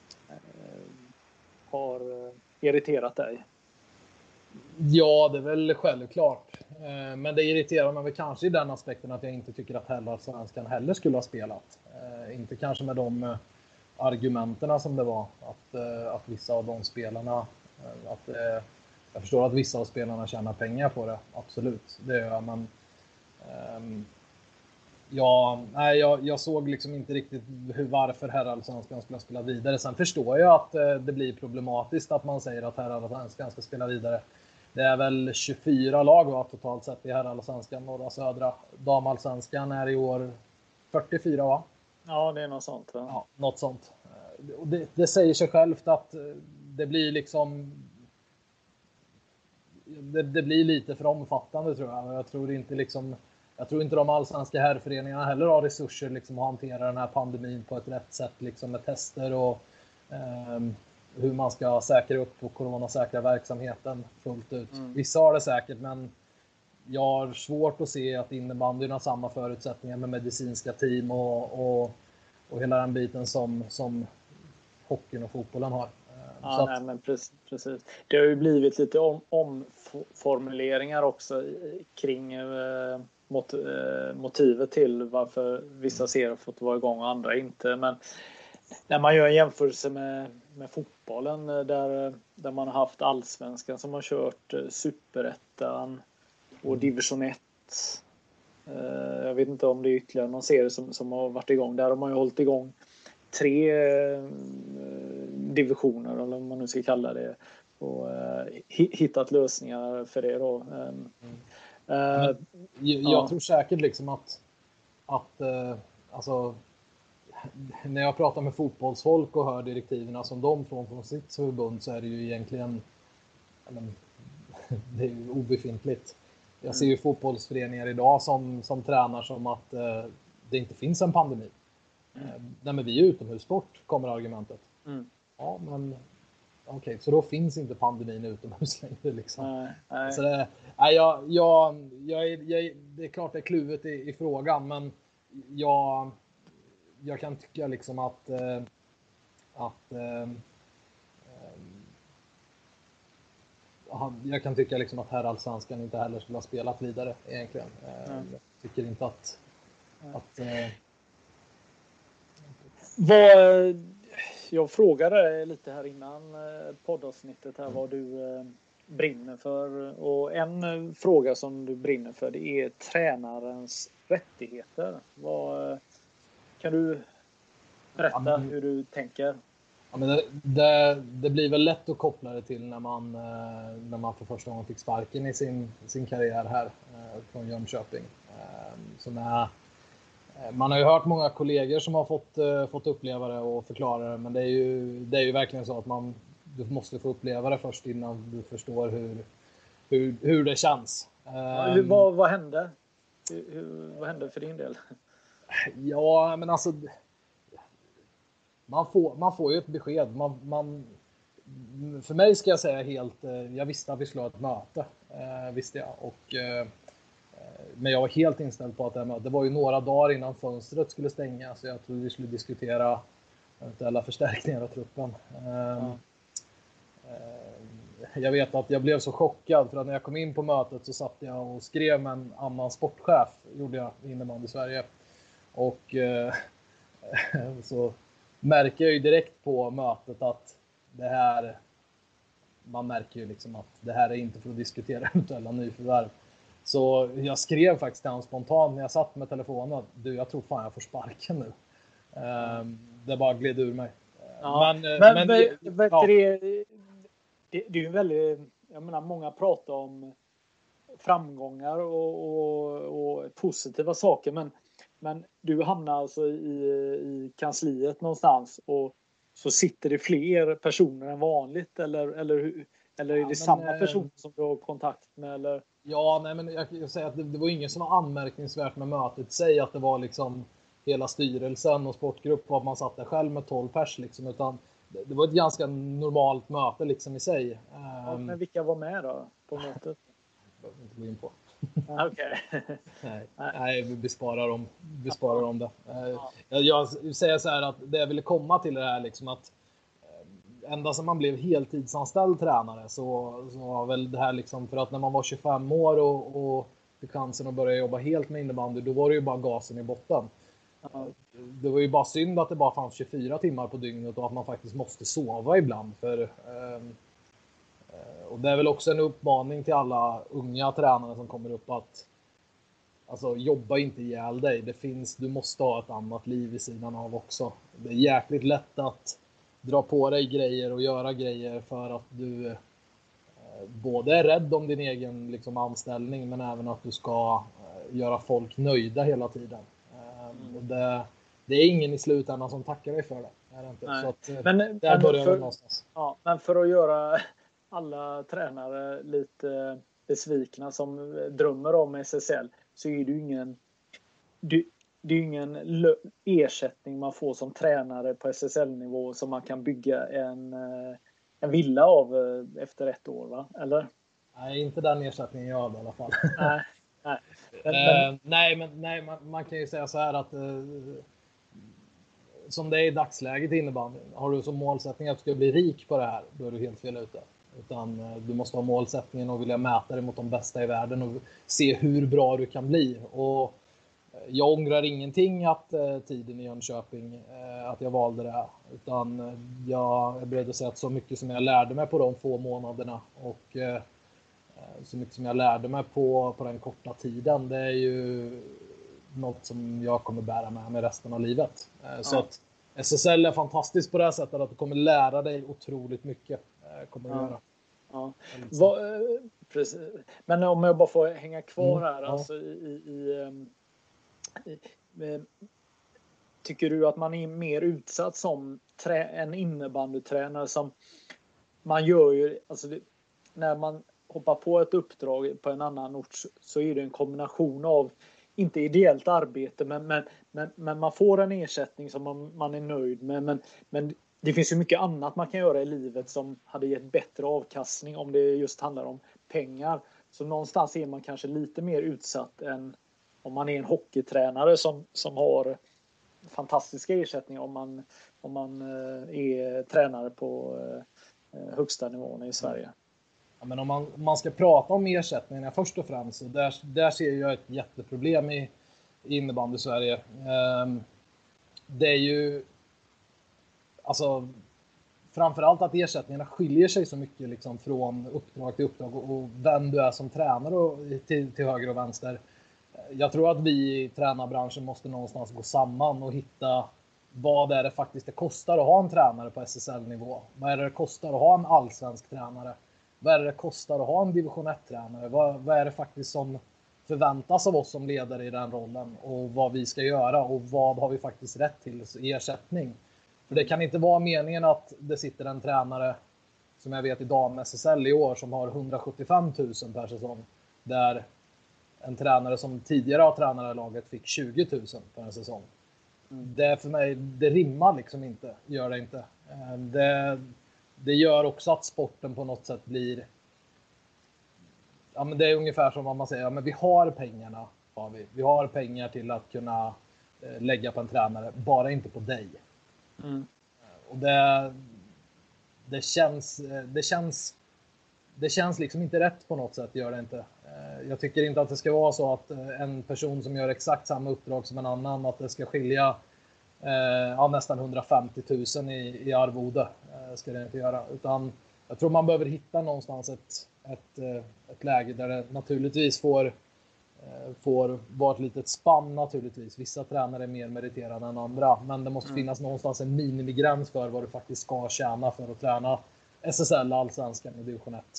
har irriterat dig? Ja, det är väl självklart. Men det irriterar mig väl kanske i den aspekten att jag inte tycker att herrallsvenskan heller skulle ha spelat. Inte kanske med de argumenterna som det var. Att vissa av de spelarna... jag förstår att vissa av spelarna tjänar pengar på det. Absolut, det gör jag. Men jag såg liksom inte riktigt varför herrallsvenskan skulle spela vidare. Sen förstår jag att det blir problematiskt att man säger att herrallsvenskan ska spela vidare. Det är väl 24 lag totalt sett i herrallsvenskan, norra södra. Damallsvenskan är i år 44, va? Ja, det är något sånt. Va? Ja, något sånt. Och det säger sig självt att det blir liksom... Det blir lite för omfattande, tror jag. Jag tror inte de allsvenska herrföreningarna heller har resurser liksom att hantera den här pandemin på ett rätt sätt liksom med tester och hur man ska säkra upp och coronasäkra verksamheten fullt ut. Vissa har det säkert, men jag har svårt att se att innebandyn har samma förutsättningar med medicinska team och hela den biten som hockeyn och fotbollen har. Ja, nej, men precis. Det har ju blivit lite omformuleringar också kring motivet till varför vissa serier fått vara igång och andra inte. Men när man gör en jämförelse med fotbollen där man har haft allsvenskan som har kört superettan och division 1. Jag vet inte om det är ytterligare någon serie som har varit igång. Där har man ju hållit igång 3 divisioner, eller vad man nu ska kalla det, och hittat lösningar för det då. Jag tror säkert liksom att alltså, när jag pratar med fotbollsfolk och hör direktiven som de från sitt förbund, så är det ju egentligen det är ju obefintligt. Jag ser ju fotbollsföreningar idag som tränar som att det inte finns en pandemi. Nej, men vi är utomhussport, kommer argumentet. Ja, men okej, så då finns inte pandemin utomhus längre liksom. Nej. Så det är klart det är kluvet i frågan, men jag kan tycka liksom att jag kan tycka liksom att herrallsvenskan inte heller skulle ha spelat vidare egentligen. Jag tycker inte att jag frågade lite här innan poddavsnittet här vad du brinner för, och en fråga som du brinner för, det är tränarens rättigheter. Kan du berätta hur du tänker? Ja, men det blir väl lätt att koppla det till när man för första gången fick sparken i sin karriär här från Jönköping. Man har ju hört många kollegor som har fått uppleva det och förklara det, men det är ju verkligen så att du måste få uppleva det först innan du förstår hur det känns. Vad hände? Vad hände för din del? Ja, men alltså man får ju ett besked. För mig ska jag säga jag visste att vi skulle ha ett möte, visste jag, men jag var helt inställd på att det var ju några dagar innan fönstret skulle stänga, så jag trodde vi skulle diskutera eventuella förstärkningar av truppen. Jag vet att jag blev så chockad för att när jag kom in på mötet så satt jag och skrev med en annan sportchef, gjorde jag i innebandy i Sverige. Och så märker jag ju direkt på mötet att det här, man märker ju liksom att det här är inte för att diskutera eventuella nyförvärv. Så jag skrev faktiskt till honom spontant när jag satt med telefonen: du, jag tror fan jag får sparken nu. Det bara gled ur mig. Ja, men det är ju väldigt, jag menar, många pratar om framgångar och positiva saker, men du hamnar alltså i kansliet någonstans och så sitter det fler personer än vanligt, eller är det samma person som du har kontakt med, eller? Ja, nej, men jag kan säga att det var ingen som var anmärkningsvärt med mötet. Säg att det var liksom hela styrelsen och sportgrupp och att man satt där själv med 12 pers liksom, utan det var ett ganska normalt möte liksom i sig. Ja, men vilka var med då på mötet? Jag behöver inte gå in på. Okej. Nej, vi besparar om det. Jag säger så här att det jag ville komma till det här liksom att ända sedan man blev heltidsanställd tränare så var väl det här liksom, för att när man var 25 år och fick chansen att börja jobba helt med innebandy, då var det ju bara gasen i botten. Det var ju bara synd att det bara fanns 24 timmar på dygnet och att man faktiskt måste sova ibland. Och det är väl också en uppmaning till alla unga tränare som kommer upp att alltså, jobba inte ihjäl dig. Du måste ha ett annat liv i sidan av också. Det är jäkligt lätt att dra på dig grejer och göra grejer för att du både är rädd om din egen liksom, anställning, men även att du ska göra folk nöjda hela tiden. Och det är ingen i slutändan som tackar dig för det. Är det inte? Så att, där börjar det någonstans. Ja, men för att göra alla tränare lite besvikna som drömmer om SSL, så är det ju ingen ersättning man får som tränare på SSL-nivå som man kan bygga en villa av efter 1 år, va? Eller? Nej, inte den ersättningen jag hade i alla fall. Nej, man kan ju säga så här att som det är i dagsläget i innebandy, har du som målsättning att du ska bli rik på det här, då är du helt fel ute. Utan du måste ha målsättningen och vilja mäta dig mot de bästa i världen och se hur bra du kan bli. Och jag ångrar ingenting att tiden i Jönköping, att jag valde det här. Utan jag är beredd att säga att så mycket som jag lärde mig på de få månaderna och så mycket som jag lärde mig på den korta tiden, det är ju något som jag kommer bära med mig resten av livet. Så att SSL är fantastiskt på det här sättet att du kommer lära dig otroligt mycket. Kommer att göra. Ja. Precis. Men om jag bara får hänga kvar här, alltså tycker du att man är mer utsatt som en innebandytränare, som man gör ju, alltså när man hoppar på ett uppdrag på en annan ort, så är det en kombination av, inte ideellt arbete, men man får en ersättning som man är nöjd med, men det finns ju mycket annat man kan göra i livet som hade gett bättre avkastning om det just handlar om pengar. Så någonstans är man kanske lite mer utsatt än om man är en hockeytränare som har fantastiska ersättningar om man är tränare på högsta nivån i Sverige. Ja, men om man ska prata om ersättningarna först och främst, så där ser jag ett jätteproblem i innebandy i Sverige. Det är ju alltså framförallt att ersättningarna skiljer sig så mycket liksom, från uppdrag till uppdrag och vem du är som tränare och till höger och vänster. Jag tror att vi i tränarbranschen måste någonstans gå samman och hitta vad är det faktiskt det kostar att ha en tränare på SSL-nivå. Vad är det kostar att ha en allsvensk tränare? Vad är det kostar att ha en division 1-tränare? Vad är det faktiskt som förväntas av oss som ledare i den rollen? Och vad vi ska göra och vad har vi faktiskt rätt till i ersättning? För det kan inte vara meningen att det sitter en tränare som jag vet i dam-SSL i år som har 175 000 per säsong. Där en tränare som tidigare har tränare i laget fick 20 000 per en säsong. Det för mig, det rimmar liksom inte. Gör det inte. Det gör också att sporten på något sätt blir... Ja, men det är ungefär som om man säger, ja, men vi har pengarna. Vi har pengar till att kunna lägga på en tränare, bara inte på dig. Och det känns liksom inte rätt på något sätt, gör det inte. Jag tycker inte att det ska vara så att en person som gör exakt samma uppdrag som en annan, att det ska skilja nästan 150 000 i arvode, ska det inte göra. Utan jag tror man behöver hitta någonstans ett läge där det naturligtvis får vara ett litet spann naturligtvis. Vissa tränare är mer meriterade än andra, men det måste finnas någonstans en minimigräns för vad du faktiskt ska tjäna för att träna SSL, Allsvenskan och Division 1.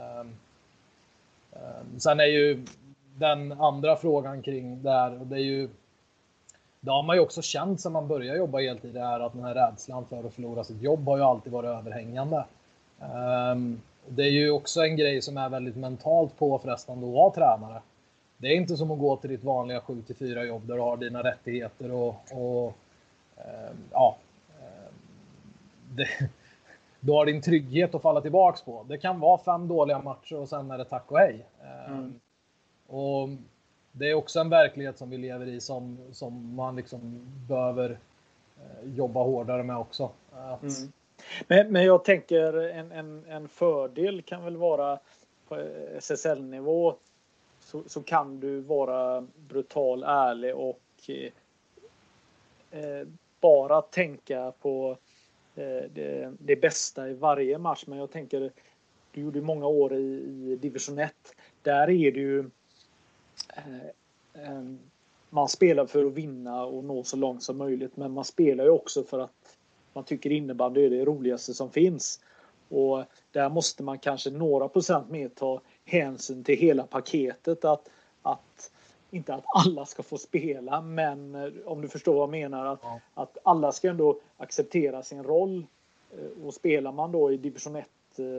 Sen är ju den andra frågan kring där, och det är ju, det har man ju också känt sedan man börjar jobba heltid, är att den här rädslan för att förlora sitt jobb har ju alltid varit överhängande. Det är ju också en grej som är väldigt mentalt påfrestande att vara tränare. Det är inte som att gå till ditt vanliga 7-4 jobb där du har dina rättigheter du har din trygghet att falla tillbaks på. Det kan vara 5 dåliga matcher och sen är det tack och hej. Och det är också en verklighet som vi lever i som man liksom behöver jobba hårdare med också. Men jag tänker en fördel kan väl vara på SSL-nivå, så kan du vara brutal, ärlig och bara tänka på det bästa i varje match. Men jag tänker, du gjorde många år i Division 1. Där är det ju man spelar för att vinna och nå så långt som möjligt, men man spelar ju också för att man tycker innebandy är det roligaste som finns. Och där måste man kanske några procent mer ta hänsyn till hela paketet, att inte att alla ska få spela, men om du förstår vad jag menar, att alla ska ändå acceptera sin roll. Och spelar man då i Division 1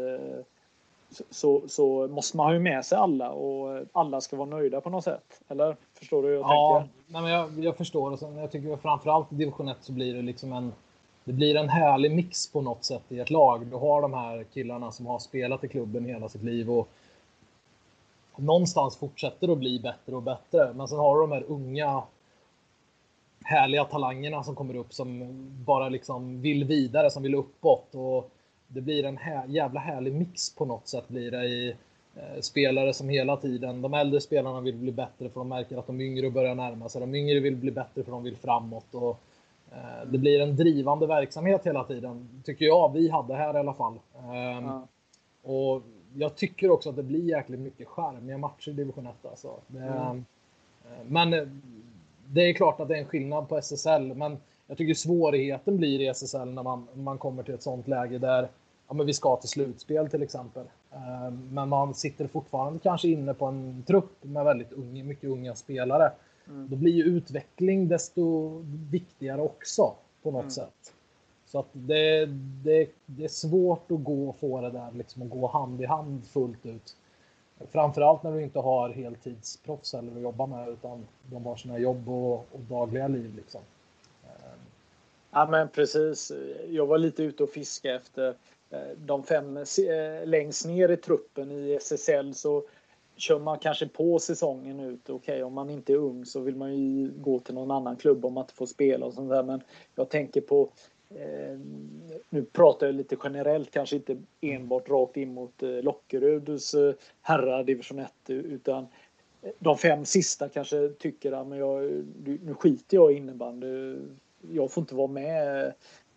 så måste man ha ju med sig alla, och alla ska vara nöjda på något sätt. Eller förstår du hur jag tänker? Nej, men jag förstår. Och sen, jag tycker framförallt i Division 1 så blir det liksom det blir en härlig mix på något sätt i ett lag. Du har de här killarna som har spelat i klubben hela sitt liv och någonstans fortsätter att bli bättre och bättre. Men sen har du de här unga härliga talangerna som kommer upp, som bara liksom vill vidare, som vill uppåt. Och det blir en jävla härlig mix på något sätt, blir det i spelare som hela tiden, de äldre spelarna vill bli bättre för de märker att de yngre börjar närma sig. De yngre vill bli bättre för de vill framåt, och det blir en drivande verksamhet hela tiden, tycker jag vi hade här i alla fall. Och jag tycker också att det blir jäkligt mycket charmiga matcher i Division 1 alltså. Men det är klart att det är en skillnad på SSL, men jag tycker svårigheten blir i SSL när man kommer till ett sånt läge där men vi ska till slutspel till exempel. Men man sitter fortfarande kanske inne på en trupp med väldigt mycket unga spelare. Då blir ju utveckling desto viktigare också på något sätt. Så att det är svårt att gå och få det där liksom, att gå hand i hand fullt ut. Framförallt när du inte har heltidsproffs eller att jobba med, utan de har sina jobb och dagliga liv liksom. Ja, men precis. Jag var lite ute och fiskade efter de 5 längst ner i truppen i SSL, så kör man kanske på säsongen ut. Okej, om man inte är ung så vill man ju gå till någon annan klubb om man inte får spela och sånt där. Men jag tänker på, nu pratar jag lite generellt, kanske inte enbart rakt in mot Lockeruds herrar Division 1, utan de 5 sista kanske tycker att nu skiter jag i innebandy. Jag får inte vara med.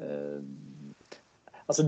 Alltså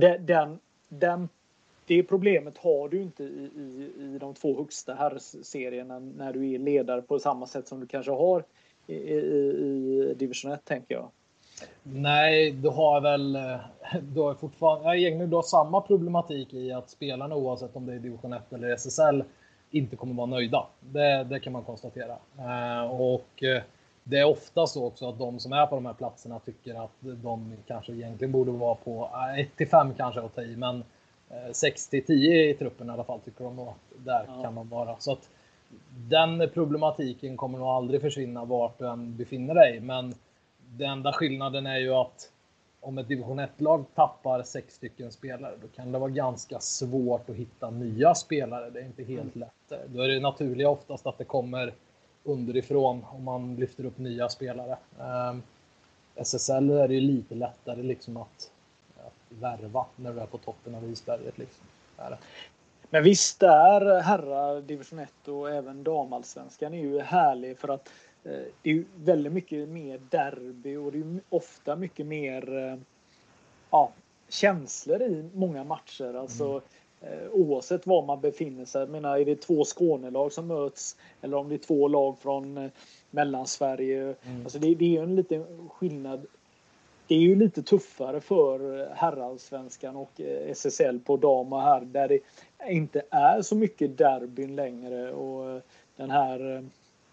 det problemet har du inte i de 2 högsta herrserierna när du är ledare på samma sätt som du kanske har i Division 1, tänker jag. Nej, du har fortfarande du har samma problematik i att spelarna, oavsett om det är Division 1 eller SSL, inte kommer vara nöjda. Det kan man konstatera. Och det är ofta så också att de som är på de här platserna tycker att de kanske egentligen borde vara på 1-5 kanske att ta i, men 6-10 i truppen i alla fall tycker de nog att där kan man vara. Så att den problematiken kommer nog aldrig försvinna vart du än befinner dig, men den enda skillnaden är ju att om ett Division 1-lag tappar 6 stycken spelare, då kan det vara ganska svårt att hitta nya spelare. Det är inte helt lätt. Då är det naturliga oftast att det kommer underifrån om man lyfter upp nya spelare. SSL är det ju lite lättare liksom att värva när du är på toppen av isberget liksom. Men visst är herrar division 1 och även damallsvenskan är ju härlig för att det är ju väldigt mycket mer derby och det är ju ofta mycket mer känslor i många matcher. Alltså oavsett var man befinner sig. Jag menar, är det 2 Skånelag som möts eller om det är 2 lag från Mellansverige. Alltså det är ju en liten skillnad. Det är ju lite tuffare för herrallsvenskan och SSL på dam och herr där det inte är så mycket derbyn längre och den här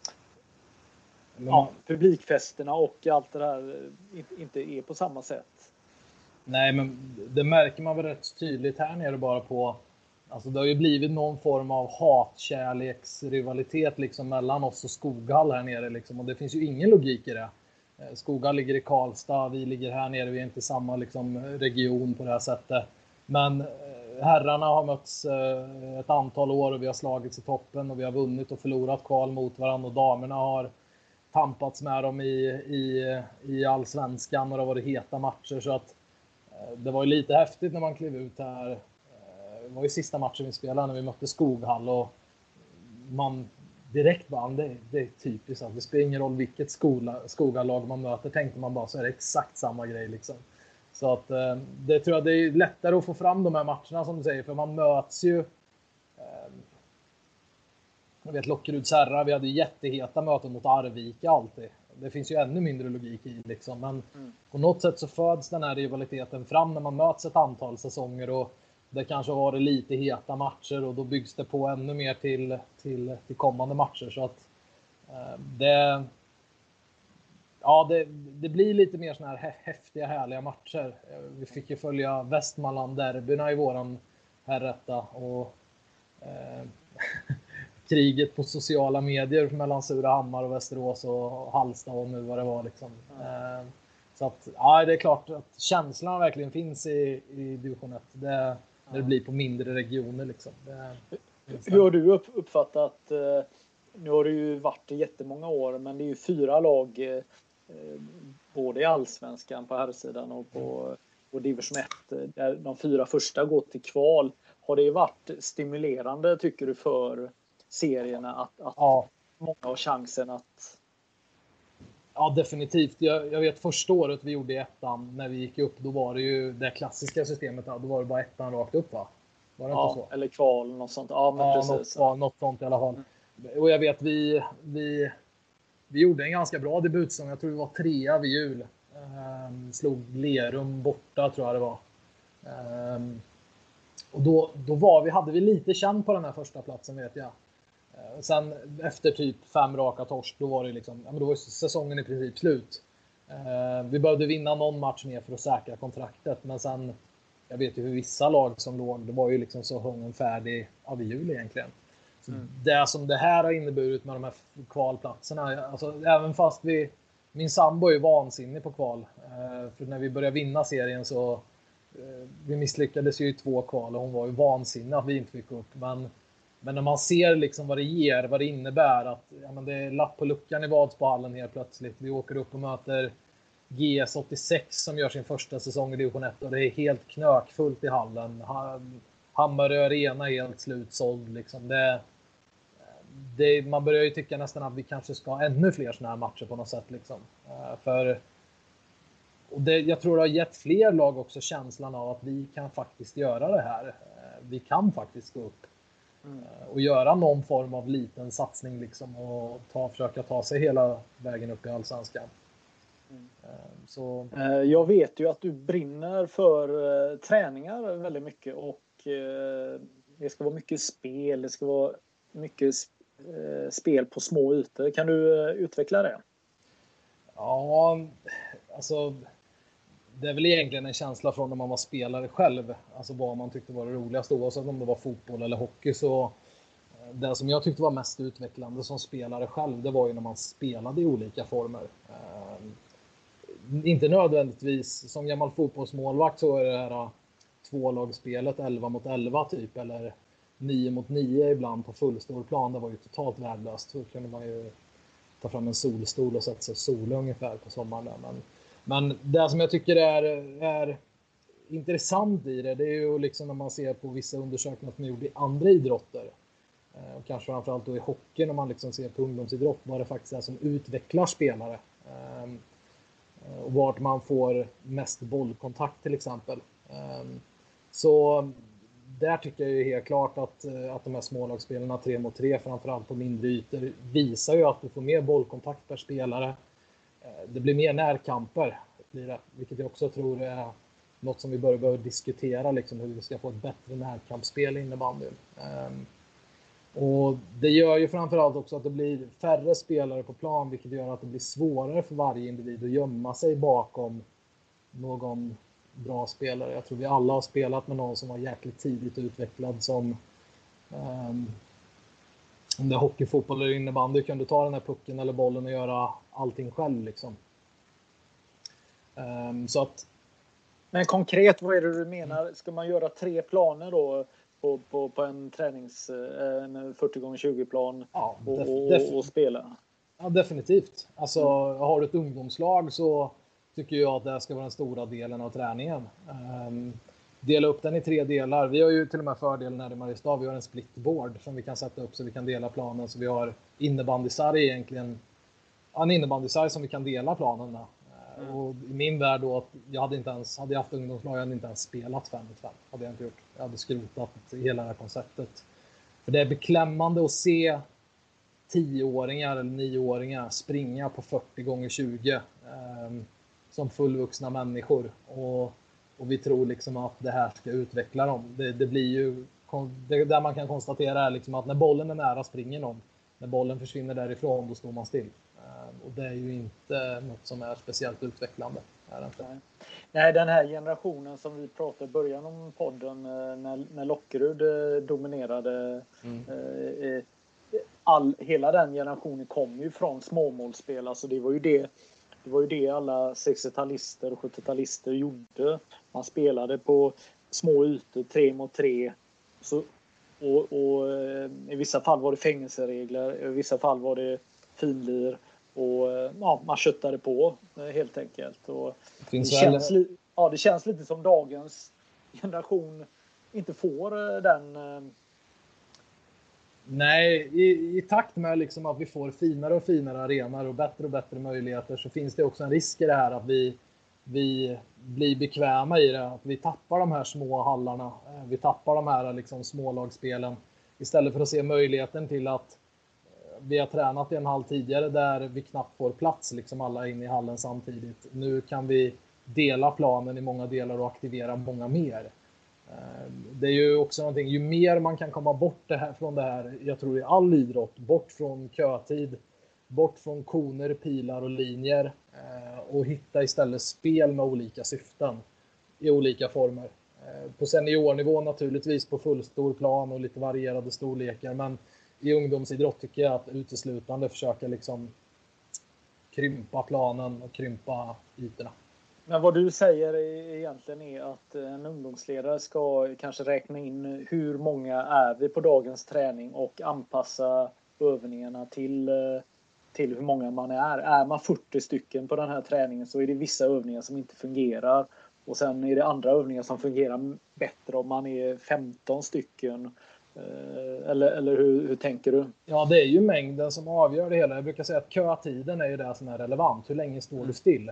publikfesterna och allt det där inte är på samma sätt. Nej, men det märker man väl rätt tydligt här nere bara på, alltså det har ju blivit någon form av hatkärleksrivalitet liksom mellan oss och Skoghall här nere liksom, och det finns ju ingen logik i det. Skoghall ligger i Karlstad, vi ligger här nere, vi är inte samma liksom region på det här sättet. Men herrarna har mötts ett antal år och vi har slagits i toppen och vi har vunnit och förlorat kval mot varandra och damerna har tampats med dem i allsvenskan och det har varit heta matcher, så att det var ju lite häftigt när man klev ut här. Det var ju sista matchen vi spelade när vi mötte Skoghall och man direkt bara, det är typiskt att det spelar ingen roll vilket Skoghall-lag man möter, tänkte man bara, så är det exakt samma grej liksom. Så att det tror jag det är lättare att få fram de här matcherna som du säger, för man möts ju jag vet Lockeruds herrar, vi hade jätteheta möten mot Arvika alltid. Det finns ju ännu mindre logik i liksom, men på något sätt så föds den här rivaliteten fram när man möts ett antal säsonger och det kanske har varit lite heta matcher och då byggs det på ännu mer till kommande matcher, så att det blir lite mer såna här häftiga, härliga matcher. Vi fick ju följa Västmanland-derbyna i våran herretta och kriget på sociala medier mellan Surahammar och Västerås och Halmstad och nu vad det var liksom. Så att det är klart att känslan verkligen finns i division 1. När det blir på mindre regioner liksom. Hur har du uppfattat, nu har det ju varit jättemånga år, men det är ju 4 lag både i allsvenskan på herrsidan och på division 1 där de 4 första går till kval. Har det varit stimulerande tycker du för serierna att många har chansen att... Ja, definitivt. Jag vet första året vi gjorde ettan när vi gick upp, då var det ju det klassiska systemet, då var det bara ettan rakt upp va? Var det inte så? Eller kval, något sånt. Ja, men precis. Något sånt i alla fall. Och jag vet vi gjorde en ganska bra debutsäsong. Jag tror vi var 3 vid jul. Slog Lerum borta tror jag det var. Och då hade vi lite känn på den här första platsen vet jag. Sen efter typ 5 raka torsk då var det liksom, då var säsongen i princip slut. Vi behövde vinna någon match mer för att säkra kontraktet, men sen jag vet ju hur vissa lag som låg, det var ju liksom så hungen färdig av jul egentligen. Så det som det här har inneburit med de här kvalplatserna, alltså även fast min sambo är ju vansinnig på kval, för när vi började vinna serien så vi misslyckades ju i 2 kval och hon var ju vansinnig att vi inte fick upp, men när man ser liksom vad det ger, vad det innebär att det är lapp på luckan i Vadsbohallen helt plötsligt. Vi åker upp och möter GS 86 som gör sin första säsong i division 1 och det är helt knökfullt i hallen. Hammarö Arena är helt slutsåld liksom. Man börjar ju tycka nästan att vi kanske ska ha ännu fler såna här matcher på något sätt liksom. Jag tror det har gett fler lag också känslan av att vi kan faktiskt göra det här. Vi kan faktiskt gå upp och göra någon form av liten satsning liksom och försöka ta sig hela vägen upp i allsvenskan. Så. Jag vet ju att du brinner för träningar väldigt mycket och det ska vara mycket spel, det ska vara mycket spel på små ytor. Kan du utveckla det? Ja, alltså det är väl egentligen en känsla från när man var spelare själv. Alltså vad man tyckte var det roligaste, oavsett om det var fotboll eller hockey. Så det som jag tyckte var mest utvecklande som spelare själv, det var ju när man spelade i olika former. Inte nödvändigtvis som gammal fotbollsmålvakt så är det här 2-lagsspelet 11 mot 11 typ, eller 9 mot 9 ibland på fullstor plan. Det var ju totalt värdelöst. Så kunde man ju ta fram en solstol och sätta sig sol ungefär på sommaren där. Men det som jag tycker är intressant i det, det är ju liksom när man ser på vissa undersökningar som är gjorda i andra idrotter. Och kanske framförallt då i hockey, när man liksom ser på ungdomsidrott vad det faktiskt är som utvecklar spelare. Och vart man får mest bollkontakt till exempel. Så där tycker jag ju helt klart att de här smålagsspelarna 3 mot 3, framförallt på mindre ytor, visar ju att du får mer bollkontakt per spelare. Det blir mer närkamper, vilket jag också tror är något som vi behöver diskutera, liksom, hur vi ska få ett bättre närkampsspel i innebandyn. Och det gör ju framförallt också att det blir färre spelare på plan, vilket gör att det blir svårare för varje individ att gömma sig bakom någon bra spelare. Jag tror vi alla har spelat med någon som var jäkligt tidigt utvecklad, som om det är hockey, fotboll eller innebandy, kan du ta den här pucken eller bollen och göra allting själv liksom. Så att... Men konkret, vad är det du menar? Ska man göra 3 planer då på en 40x20-plan och spela? Ja, definitivt. Alltså, har du ett ungdomslag så tycker jag att det ska vara den stora delen av träningen. Dela upp den i 3 delar. Vi har ju till och med fördelen här i Mariestad. Vi har en splitboard som vi kan sätta upp så vi kan dela planen. Så vi har innebandysarg egentligen. En innebandysarg som vi kan dela planen med. Och i min värld då, att hade jag haft ungdomslag, jag hade inte ens spelat 5 mot 5. Hade jag inte gjort. Jag hade skrotat hela det här konceptet. För det är beklämmande att se 10-åringar eller 9-åringar springa på 40x20 som fullvuxna människor. Och vi tror liksom att det här ska utveckla dem. Det blir ju, det där man kan konstatera är liksom att när bollen är nära springer någon. När bollen försvinner därifrån, då står man still. Och det är ju inte något som är speciellt utvecklande. Nej, den här generationen som vi pratade i början om podden, när Lockerud dominerade, hela den generationen kom ju från småmålsspel. Alltså det var ju det alla 60-talister och 70-talister gjorde. Man spelade på små ytor, 3 mot 3. Och i vissa fall var det fängelseregler, i vissa fall var det finlir. Och man köttade på helt enkelt. Och det känns lite som dagens generation inte får den... Nej, i takt med liksom att vi får finare och finare arenor och bättre möjligheter, så finns det också en risk i det här att vi blir bekväma i det. Att vi tappar de här små hallarna. Vi tappar de här liksom smålagsspelen. Istället för att se möjligheten till att vi har tränat i en hall tidigare där vi knappt får plats, liksom alla in i hallen samtidigt. Nu kan vi dela planen i många delar och aktivera många mer. Det är ju också någonting, ju mer man kan komma bort från det här, jag tror i all idrott, bort från kötid, bort från koner, pilar och linjer, och hitta istället spel med olika syften i olika former. På seniornivå naturligtvis på fullstor plan och lite varierade storlekar, men i ungdomsidrott tycker jag att uteslutande försöka liksom krympa planen och krympa ytorna. Men vad du säger egentligen är att en ungdomsledare ska kanske räkna in hur många är vi på dagens träning och anpassa övningarna till hur många man är. Är man 40 stycken på den här träningen så är det vissa övningar som inte fungerar. Och sen är det andra övningar som fungerar bättre om man är 15 stycken. Eller hur tänker du? Ja, det är ju mängden som avgör det hela. Jag brukar säga att kötiden är ju det som är relevant. Hur länge står du still?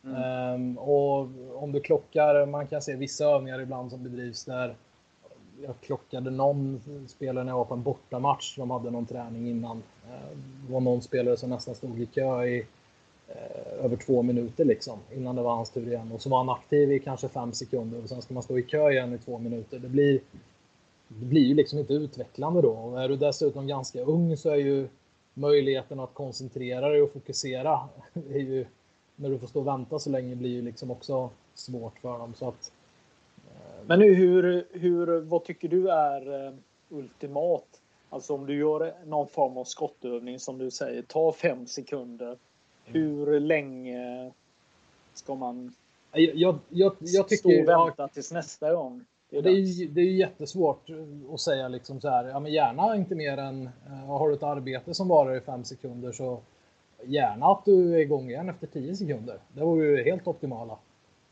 Och om du klockar, man kan se vissa övningar ibland som bedrivs där. Jag klockade någon spelare när jag var på en bortamatch. De hade någon träning innan. Det var någon spelare som nästan stod i kö i över 2 minuter liksom, innan det var hans tur igen. Och så var han aktiv i kanske 5 sekunder och sen ska man stå i kö igen i 2 minuter. Det blir ju liksom inte utvecklande då. Och är du dessutom ganska ung så är ju möjligheten att koncentrera dig och fokusera är ju, när du får stå och vänta så länge, blir ju liksom också svårt för dem. Så att, men vad tycker du är ultimat? Alltså om du gör någon form av skottövning som du säger, ta 5 sekunder. Hur länge ska man jag tycker, stå och vänta tills nästa gång? Det är ju jättesvårt att säga liksom så här, ja men gärna inte mer än, har du ett arbete som varar i 5 sekunder så gärna att du är igång igen efter 10 sekunder. Det vore ju helt optimala.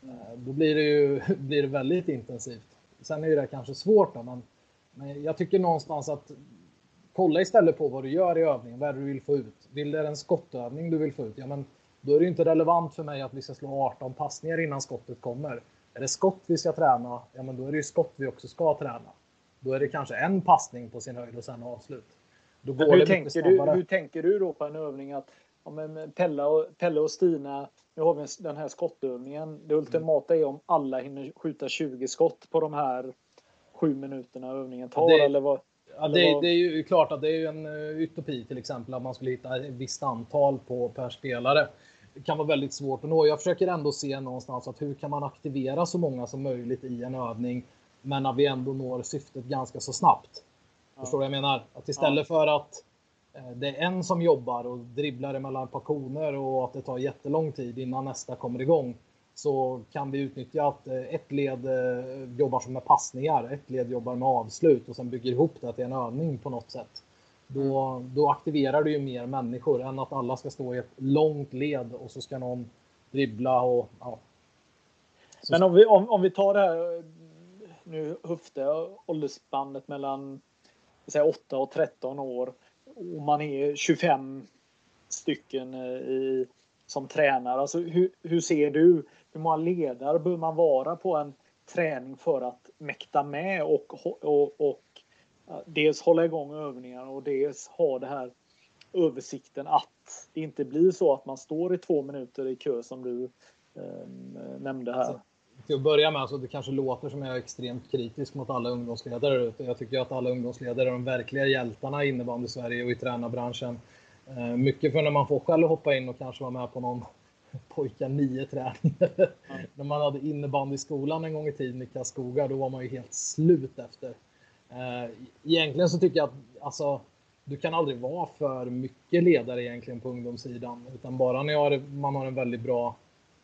Då blir det väldigt intensivt. Sen är det kanske svårt då, men jag tycker någonstans att kolla istället på vad du gör i övningen, vad du vill få ut. Vill det en skottövning du vill få ut, ja men då är det inte relevant för mig att vi ska slå 18 passningar innan skottet kommer. Är det skott vi ska träna, ja men då är det ju skott vi också ska träna. Då är det kanske en passning på sin höjd och sen avslut. Då går hur tänker du då på en övning att men Pelle och Stina, nu har vi den här skottövningen. Det ultimata är om alla hinner skjuta 20 skott på de här 7 minuterna övningen tar, eller vad? Ja, det är ju klart att det är ju en utopi till exempel att man skulle hitta ett visst antal per spelare. Det kan vara väldigt svårt att nå. Jag försöker ändå se någonstans att hur kan man aktivera så många som möjligt i en övning, men att vi ändå når syftet ganska så snabbt. Förstår du vad jag menar? Att istället för att det är en som jobbar och dribblar emellan ett par koner och att det tar jättelång tid innan nästa kommer igång, så kan vi utnyttja att ett led jobbar som med passningar, ett led jobbar med avslut och sen bygger ihop det till en övning på något sätt. Då aktiverar du ju mer människor än att alla ska stå i ett långt led och så ska någon dribbla och ja. Men om vi tar det här nu åldersspannet mellan 8 och 13 år och man är 25 stycken som tränare. Alltså hur ser du, hur många ledare bör man vara på en träning för att mäkta med och dels hålla igång övningar och dels ha det här översikten att det inte blir så att man står i 2 minuter i kö som du nämnde här. Alltså, till att börja med så det kanske låter som jag är extremt kritisk mot alla ungdomsledare. Jag tycker att alla ungdomsledare är de verkliga hjältarna i innebandy Sverige och i tränarbranschen. Mycket för när man får själv hoppa in och kanske vara med på någon pojkar 9-träning. När man hade innebandy i skolan en gång i tiden i Karlskoga, då var man ju helt slut efter. Egentligen så tycker jag att alltså, du kan aldrig vara för mycket ledare egentligen på ungdomssidan. Utan bara när man har en väldigt bra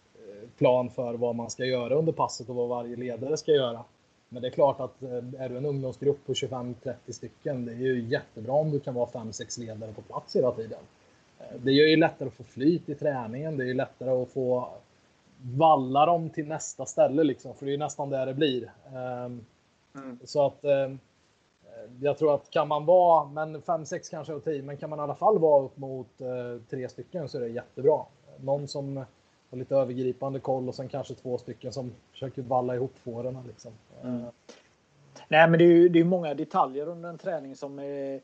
plan för vad man ska göra under passet och vad varje ledare ska göra. Men det är klart att är du en ungdomsgrupp på 25-30 stycken, det är ju jättebra om du kan vara 5-6 ledare på plats hela tiden. Det gör ju lättare att få flyt i träningen, det är ju lättare att få valla dem till nästa ställe liksom, för det är ju nästan där det blir. Så att jag tror att kan man vara, men 5-6 kanske är 10, men kan man i alla fall vara upp mot 3 stycken så är det jättebra. Någon som har lite övergripande koll och sen kanske 2 stycken som försöker valla ihop fårorna liksom. Nej, men det är många detaljer under en träning som är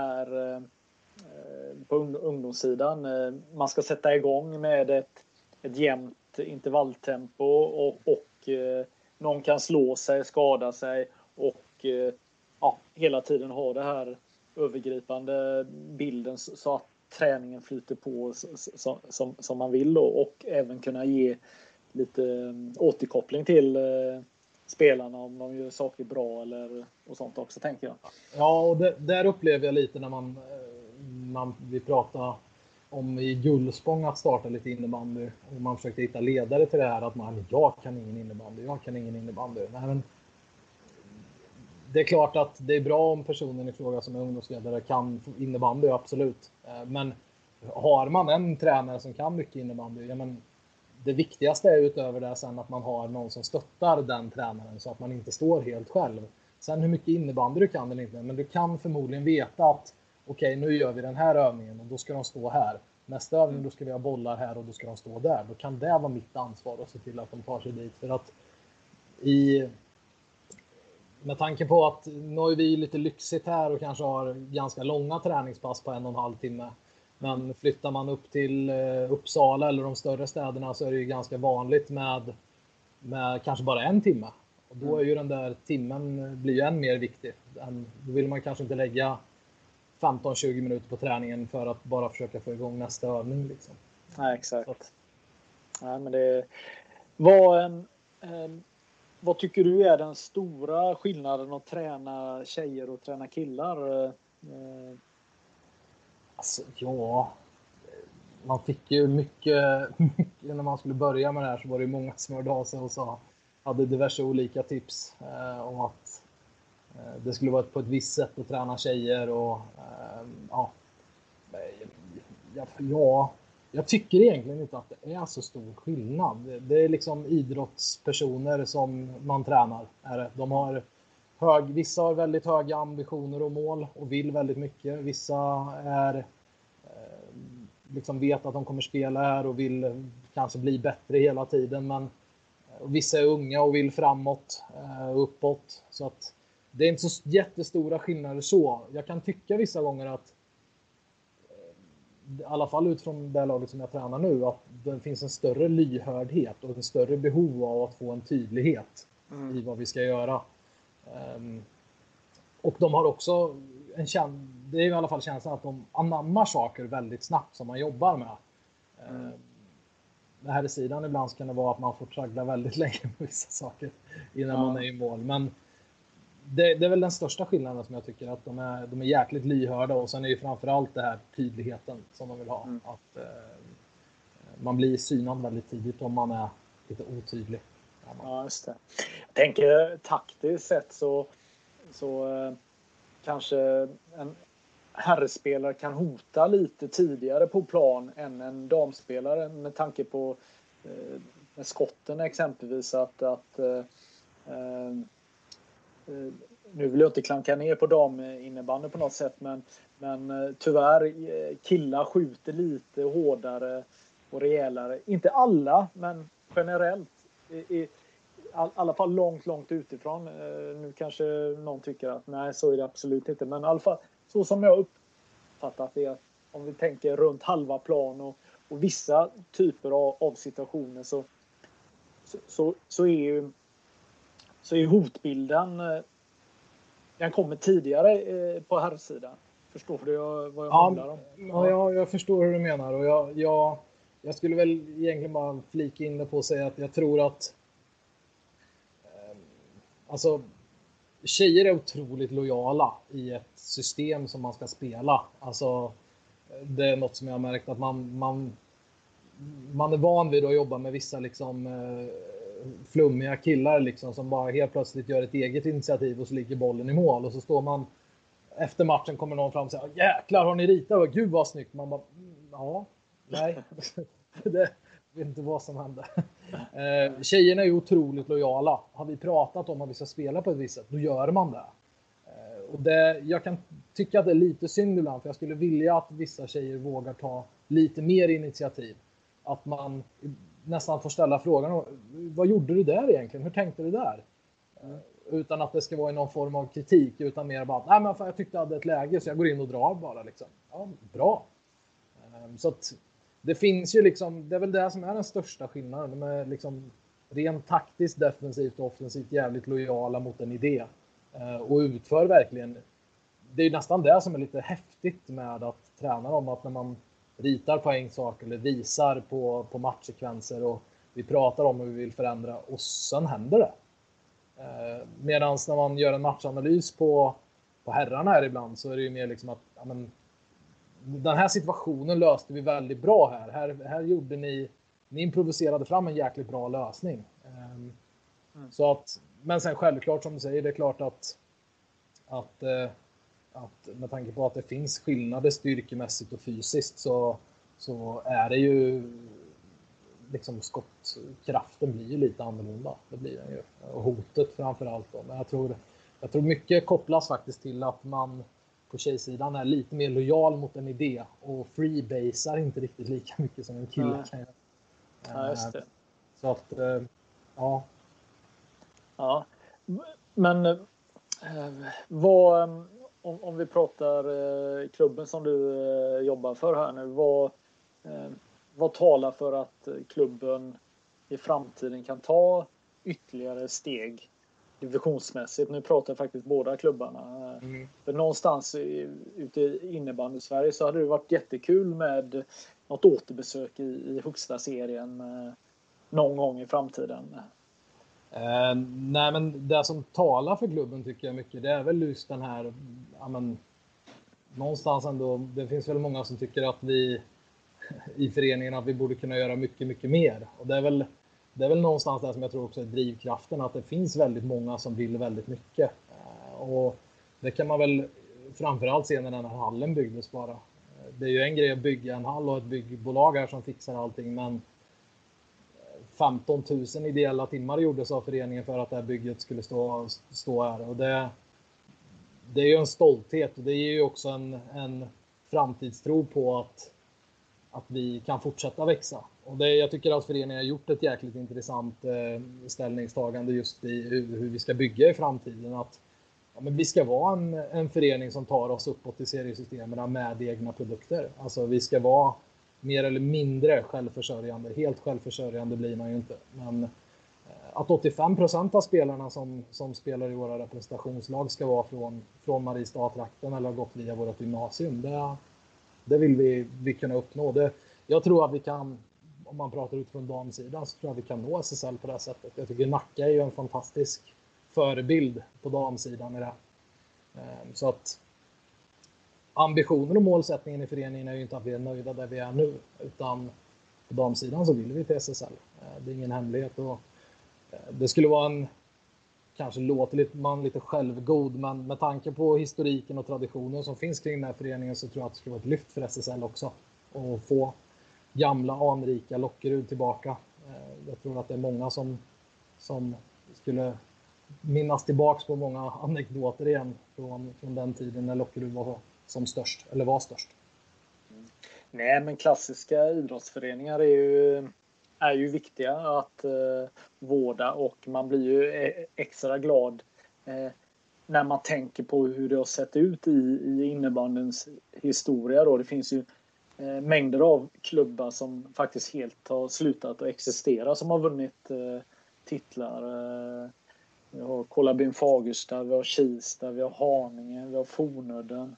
på ungdomssidan. Man ska sätta igång med ett jämnt intervalltempo och någon kan slå sig, skada sig och hela tiden ha det här övergripande bilden så att träningen flyter på som man vill och även kunna ge lite återkoppling till spelarna om de gör saker bra eller och sånt också, tänker jag. Ja, och där upplever jag lite när vi pratar om i Gullspång att starta lite innebandy och man försökte hitta ledare till det här att jag kan ingen innebandy. Nej, men det är klart att det är bra om personen i fråga som är ungdomsledare kan innebandy, absolut. Men har man en tränare som kan mycket innebandy, ja, men det viktigaste är utöver det sen att man har någon som stöttar den tränaren så att man inte står helt själv. Sen hur mycket innebandy du kan eller inte, men du kan förmodligen veta att okej, nu gör vi den här övningen och då ska de stå här. Nästa övning då ska vi ha bollar här och då ska de stå där. Då kan det vara mitt ansvar att se till att de tar sig dit. För att med tanke på att nu är vi lite lyxigt här och kanske har ganska långa träningspass på 1,5 timme. Men flyttar man upp till Uppsala eller de större städerna så är det ju ganska vanligt med kanske bara 1 timme. Och då är ju den där timmen blir ju än mer viktig. Då vill man kanske inte lägga 15-20 minuter på träningen för att bara försöka få igång nästa övning. Liksom. Nej, exakt. Nej, men det vad tycker du är den stora skillnaden att träna tjejer och träna killar? Alltså, ja, man fick ju mycket när man skulle börja med det här så var det många som hörde av sig och hade diverse olika tips om att det skulle vara på ett visst sätt att träna tjejer och Jag tycker egentligen inte att det är så stor skillnad. Det är liksom idrottspersoner som man tränar. De har vissa har väldigt höga ambitioner och mål och vill väldigt mycket. Vissa är liksom vet att de kommer spela här och vill kanske bli bättre hela tiden. Men vissa är unga och vill framåt och uppåt. Så att det är inte så jättestora skillnader så. Jag kan tycka vissa gånger att i alla fall utifrån det laget som jag tränar nu, att det finns en större lyhördhet och en större behov av att få en tydlighet i vad vi ska göra. Och de har också det är i alla fall känslan att de anammar saker väldigt snabbt som man jobbar med. Det här i sidan ibland kan det vara att man får traggla väldigt länge med vissa saker innan man är i mål. Men det är väl den största skillnaden som jag tycker, att de är jäkligt lyhörda, och sen är ju framförallt det här tydligheten som de vill ha. Att man blir synad väldigt tidigt om man är lite otydlig. Ja, just det. Jag tänker taktiskt sett så kanske en herrspelare kan hota lite tidigare på plan än en damspelare, med tanke på med skotten exempelvis, nu vill jag inte klanka ner på daminnebandy på något sätt, men tyvärr killar skjuter lite hårdare och rejälare. Inte alla, men generellt. I alla fall långt utifrån. Nu kanske någon tycker att nej, så är det absolut inte. Men i alla fall, så som jag uppfattat det, att om vi tänker runt halva plan och vissa typer av situationer så är hotbilden, den kommer tidigare på herrsidan. Förstår du vad jag handlar om? Ja, jag förstår hur du menar. Och jag skulle väl egentligen bara flika in det på att säga att jag tror att alltså, tjejer är otroligt lojala i ett system som man ska spela. Alltså, det är något som jag har märkt, att man är van vid att jobba med vissa liksom flummiga killar liksom, som bara helt plötsligt gör ett eget initiativ och så ligger bollen i mål, och så står man efter matchen, kommer någon fram och säger jäklar, har ni ritat? Gud vad snyggt. Man bara, ja, nej. Det vet inte vad som hände. Tjejerna är ju otroligt lojala. Har vi pratat om att vi ska spela på ett visst sätt, då gör man det. Och jag kan tycka att det är lite synd ibland, för jag skulle vilja att vissa tjejer vågar ta lite mer initiativ. Att man nästan får ställa frågan, vad gjorde du där egentligen? Hur tänkte du där? Utan att det ska vara i någon form av kritik, utan mer bara, nej men jag tyckte jag hade ett läge så jag går in och drar bara liksom. Ja, bra. Så att det finns ju liksom, det är väl det som är den största skillnaden. De är liksom rent taktiskt, defensivt och offensivt jävligt lojala mot en idé. Och utför verkligen, det är ju nästan det som är lite häftigt med att träna dem, att när man ritar poängsaker eller visar på matchsekvenser och vi pratar om hur vi vill förändra, och sen händer det. Medan när man gör en matchanalys på herrarna här ibland, så är det ju mer liksom att ja, men, den här situationen löste vi väldigt bra här gjorde ni improviserade fram en jäkligt bra lösning. Så att, men sen självklart som du säger, det är klart att med tanke på att det finns skillnader styrkemässigt och fysiskt, så är det ju liksom skottkraften blir ju lite annorlunda. Det blir den ju. Och hotet framförallt då. Men jag tror mycket kopplas faktiskt till att man på tjejsidan är lite mer lojal mot en idé och freebasar inte riktigt lika mycket som en kille kan göra. Ja, just det. Så att, ja. Ja, men om vi pratar klubben som du jobbar för här nu, vad talar för att klubben i framtiden kan ta ytterligare steg divisionsmässigt? Nu pratar jag faktiskt båda klubbarna. För någonstans ute i innebandy Sverige så hade det varit jättekul med något återbesök i högsta serien någon gång i framtiden. Nej, men det som talar för klubben tycker jag mycket, det är väl just den här, ja, men, någonstans ändå, det finns väl många som tycker att vi i föreningen att vi borde kunna göra mycket, mycket mer. Och det är väl någonstans där som jag tror också är drivkraften, att det finns väldigt många som vill väldigt mycket. Och det kan man väl framförallt se när den här hallen byggdes bara. Det är ju en grej att bygga en hall och ett byggbolag här som fixar allting, men 15 000 ideella timmar gjordes av föreningen för att det här bygget skulle stå här. Och det är ju en stolthet, och det är ju också en framtidstro på att vi kan fortsätta växa. Och jag tycker att föreningen har gjort ett jäkligt intressant ställningstagande just i hur vi ska bygga i framtiden. Att men vi ska vara en förening som tar oss uppåt i seriesystemen med egna produkter. Alltså vi ska vara mer eller mindre självförsörjande. Helt självförsörjande blir man ju inte. Men att 85% av spelarna som spelar i våra representationslag ska vara från Mariestad-trakten eller har gått via vårt gymnasium. Det vill vi kunna uppnå. Jag tror att vi kan, om man pratar utifrån damsidan, så tror jag att vi kan nå SSL på det här sättet. Jag tycker Nacka är ju en fantastisk förebild på damsidan i det. Så att ambitionen och målsättningen i föreningen är ju inte att vi är nöjda där vi är nu, utan på damsidan så vill vi till SSL. Det är ingen hemlighet, och det skulle vara kanske låter man lite självgod, men med tanke på historiken och traditionen som finns kring den här föreningen så tror jag att det skulle vara ett lyft för SSL också. Och få gamla anrika Lockerud tillbaka. Jag tror att det är många som skulle minnas tillbaks på många anekdoter igen från den tiden när Lockerud var som störst, eller var störst. Nej, men klassiska idrottsföreningar är ju viktiga att vårda, och man blir ju extra glad när man tänker på hur det har sett ut i innebandyns historia då. Det finns ju mängder av klubbar som faktiskt helt har slutat att existera, som har vunnit titlar. Vi har Kollabyn Fagersta, vi har Kista, vi har Haninge, vi har Fornudden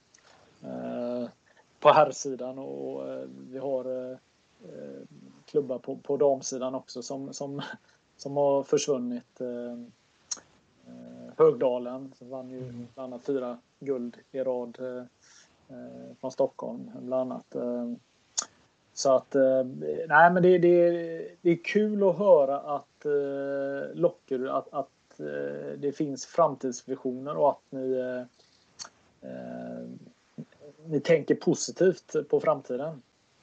på herrsidan, och vi har klubbar på damsidan också som har försvunnit. Högdalen som vann ju bland annat 4 guld i rad från Stockholm bland annat. Så att nej, men det är kul att höra att Lockerud att det finns framtidsvisioner, och att ni tänker positivt på framtiden.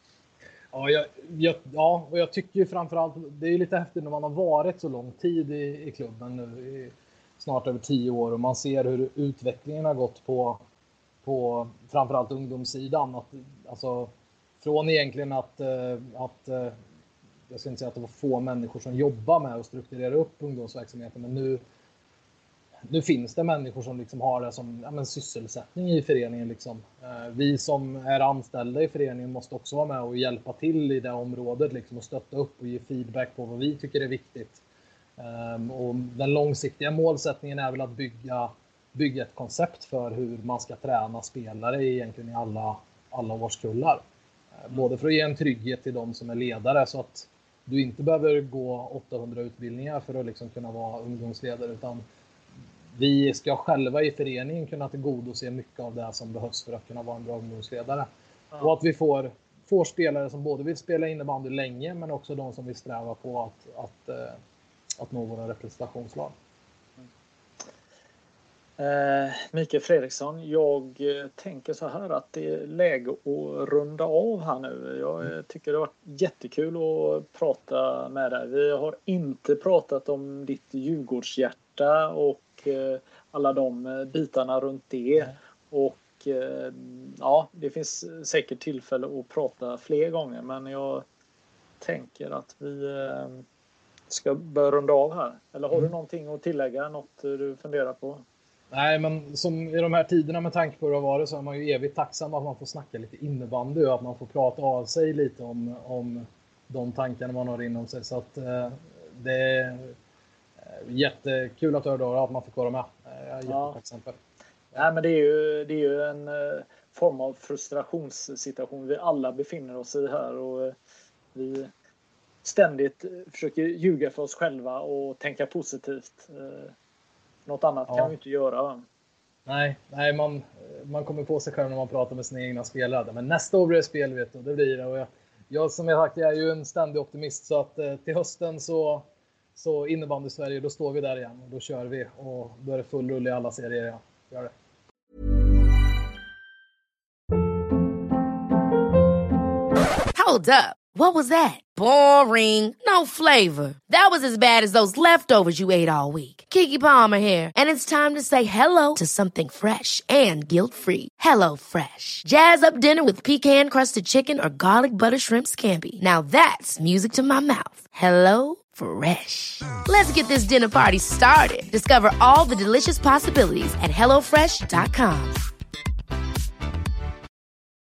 Ja, och jag tycker ju framförallt, det är lite häftigt när man har varit så lång tid i klubben nu, i snart över 10 år, och man ser hur utvecklingen har gått på framförallt ungdomssidan. Alltså, från egentligen att jag ska inte säga att det var få människor som jobbar med att strukturera upp ungdomsverksamheten, men nu finns det människor som liksom har det som sysselsättning i föreningen. Liksom. Vi som är anställda i föreningen måste också vara med och hjälpa till i det området liksom, och stötta upp och ge feedback på vad vi tycker är viktigt. Och den långsiktiga målsättningen är väl att bygga ett koncept för hur man ska träna spelare egentligen i alla årskullar. Både för att ge en trygghet till de som är ledare, så att du inte behöver gå 800 utbildningar för att liksom kunna vara ungdomsledare, utan vi ska själva i föreningen kunna tillgodose mycket av det som behövs för att kunna vara en bra ungdomsledare. Ja. Och att vi får spelare som både vill spela innebandy länge, men också de som vill sträva på att nå våra representationslag. Mikael Fredriksson, jag tänker så här att det är läge att runda av här nu. Jag tycker det har varit jättekul att prata med dig. Vi har inte pratat om ditt Djurgårdshjärta och alla de bitarna runt det. Och ja, det finns säkert tillfälle att prata fler gånger, men jag tänker att vi ska börja runda av här. Eller har du någonting att tillägga, något du funderar på? Nej, men som i de här tiderna med tanke på hur det har varit, så är man ju evigt tacksam att man får snacka lite innebandy och att man får prata av sig lite om de tankarna man har inom sig. Så att det är jättekul att höra att man fick vara med. Jag är jättetacksam för. Nej, men det är ju en form av frustrationssituation vi alla befinner oss i här, och vi ständigt försöker ljuga för oss själva och tänka positivt. Något annat kan vi inte göra. Nej, man kommer på sig själv när man pratar med sina egna spelare. Men nästa år blir det spel, vet du. Det blir det. Och jag som jag sagt, jag är ju en ständig optimist. Så att till hösten så innebandy Sverige, då står vi där igen. Och då kör vi. Och då är det full rull i alla serier. Ja. Gör det. Hold up. What was that? Boring. No flavor. That was as bad as those leftovers you ate all week. Keke Palmer here, and it's time to say hello to something fresh and guilt-free. Hello Fresh. Jazz up dinner with pecan-crusted chicken or garlic butter shrimp scampi. Now that's music to my mouth. Hello Fresh. Let's get this dinner party started. Discover all the delicious possibilities at hellofresh.com.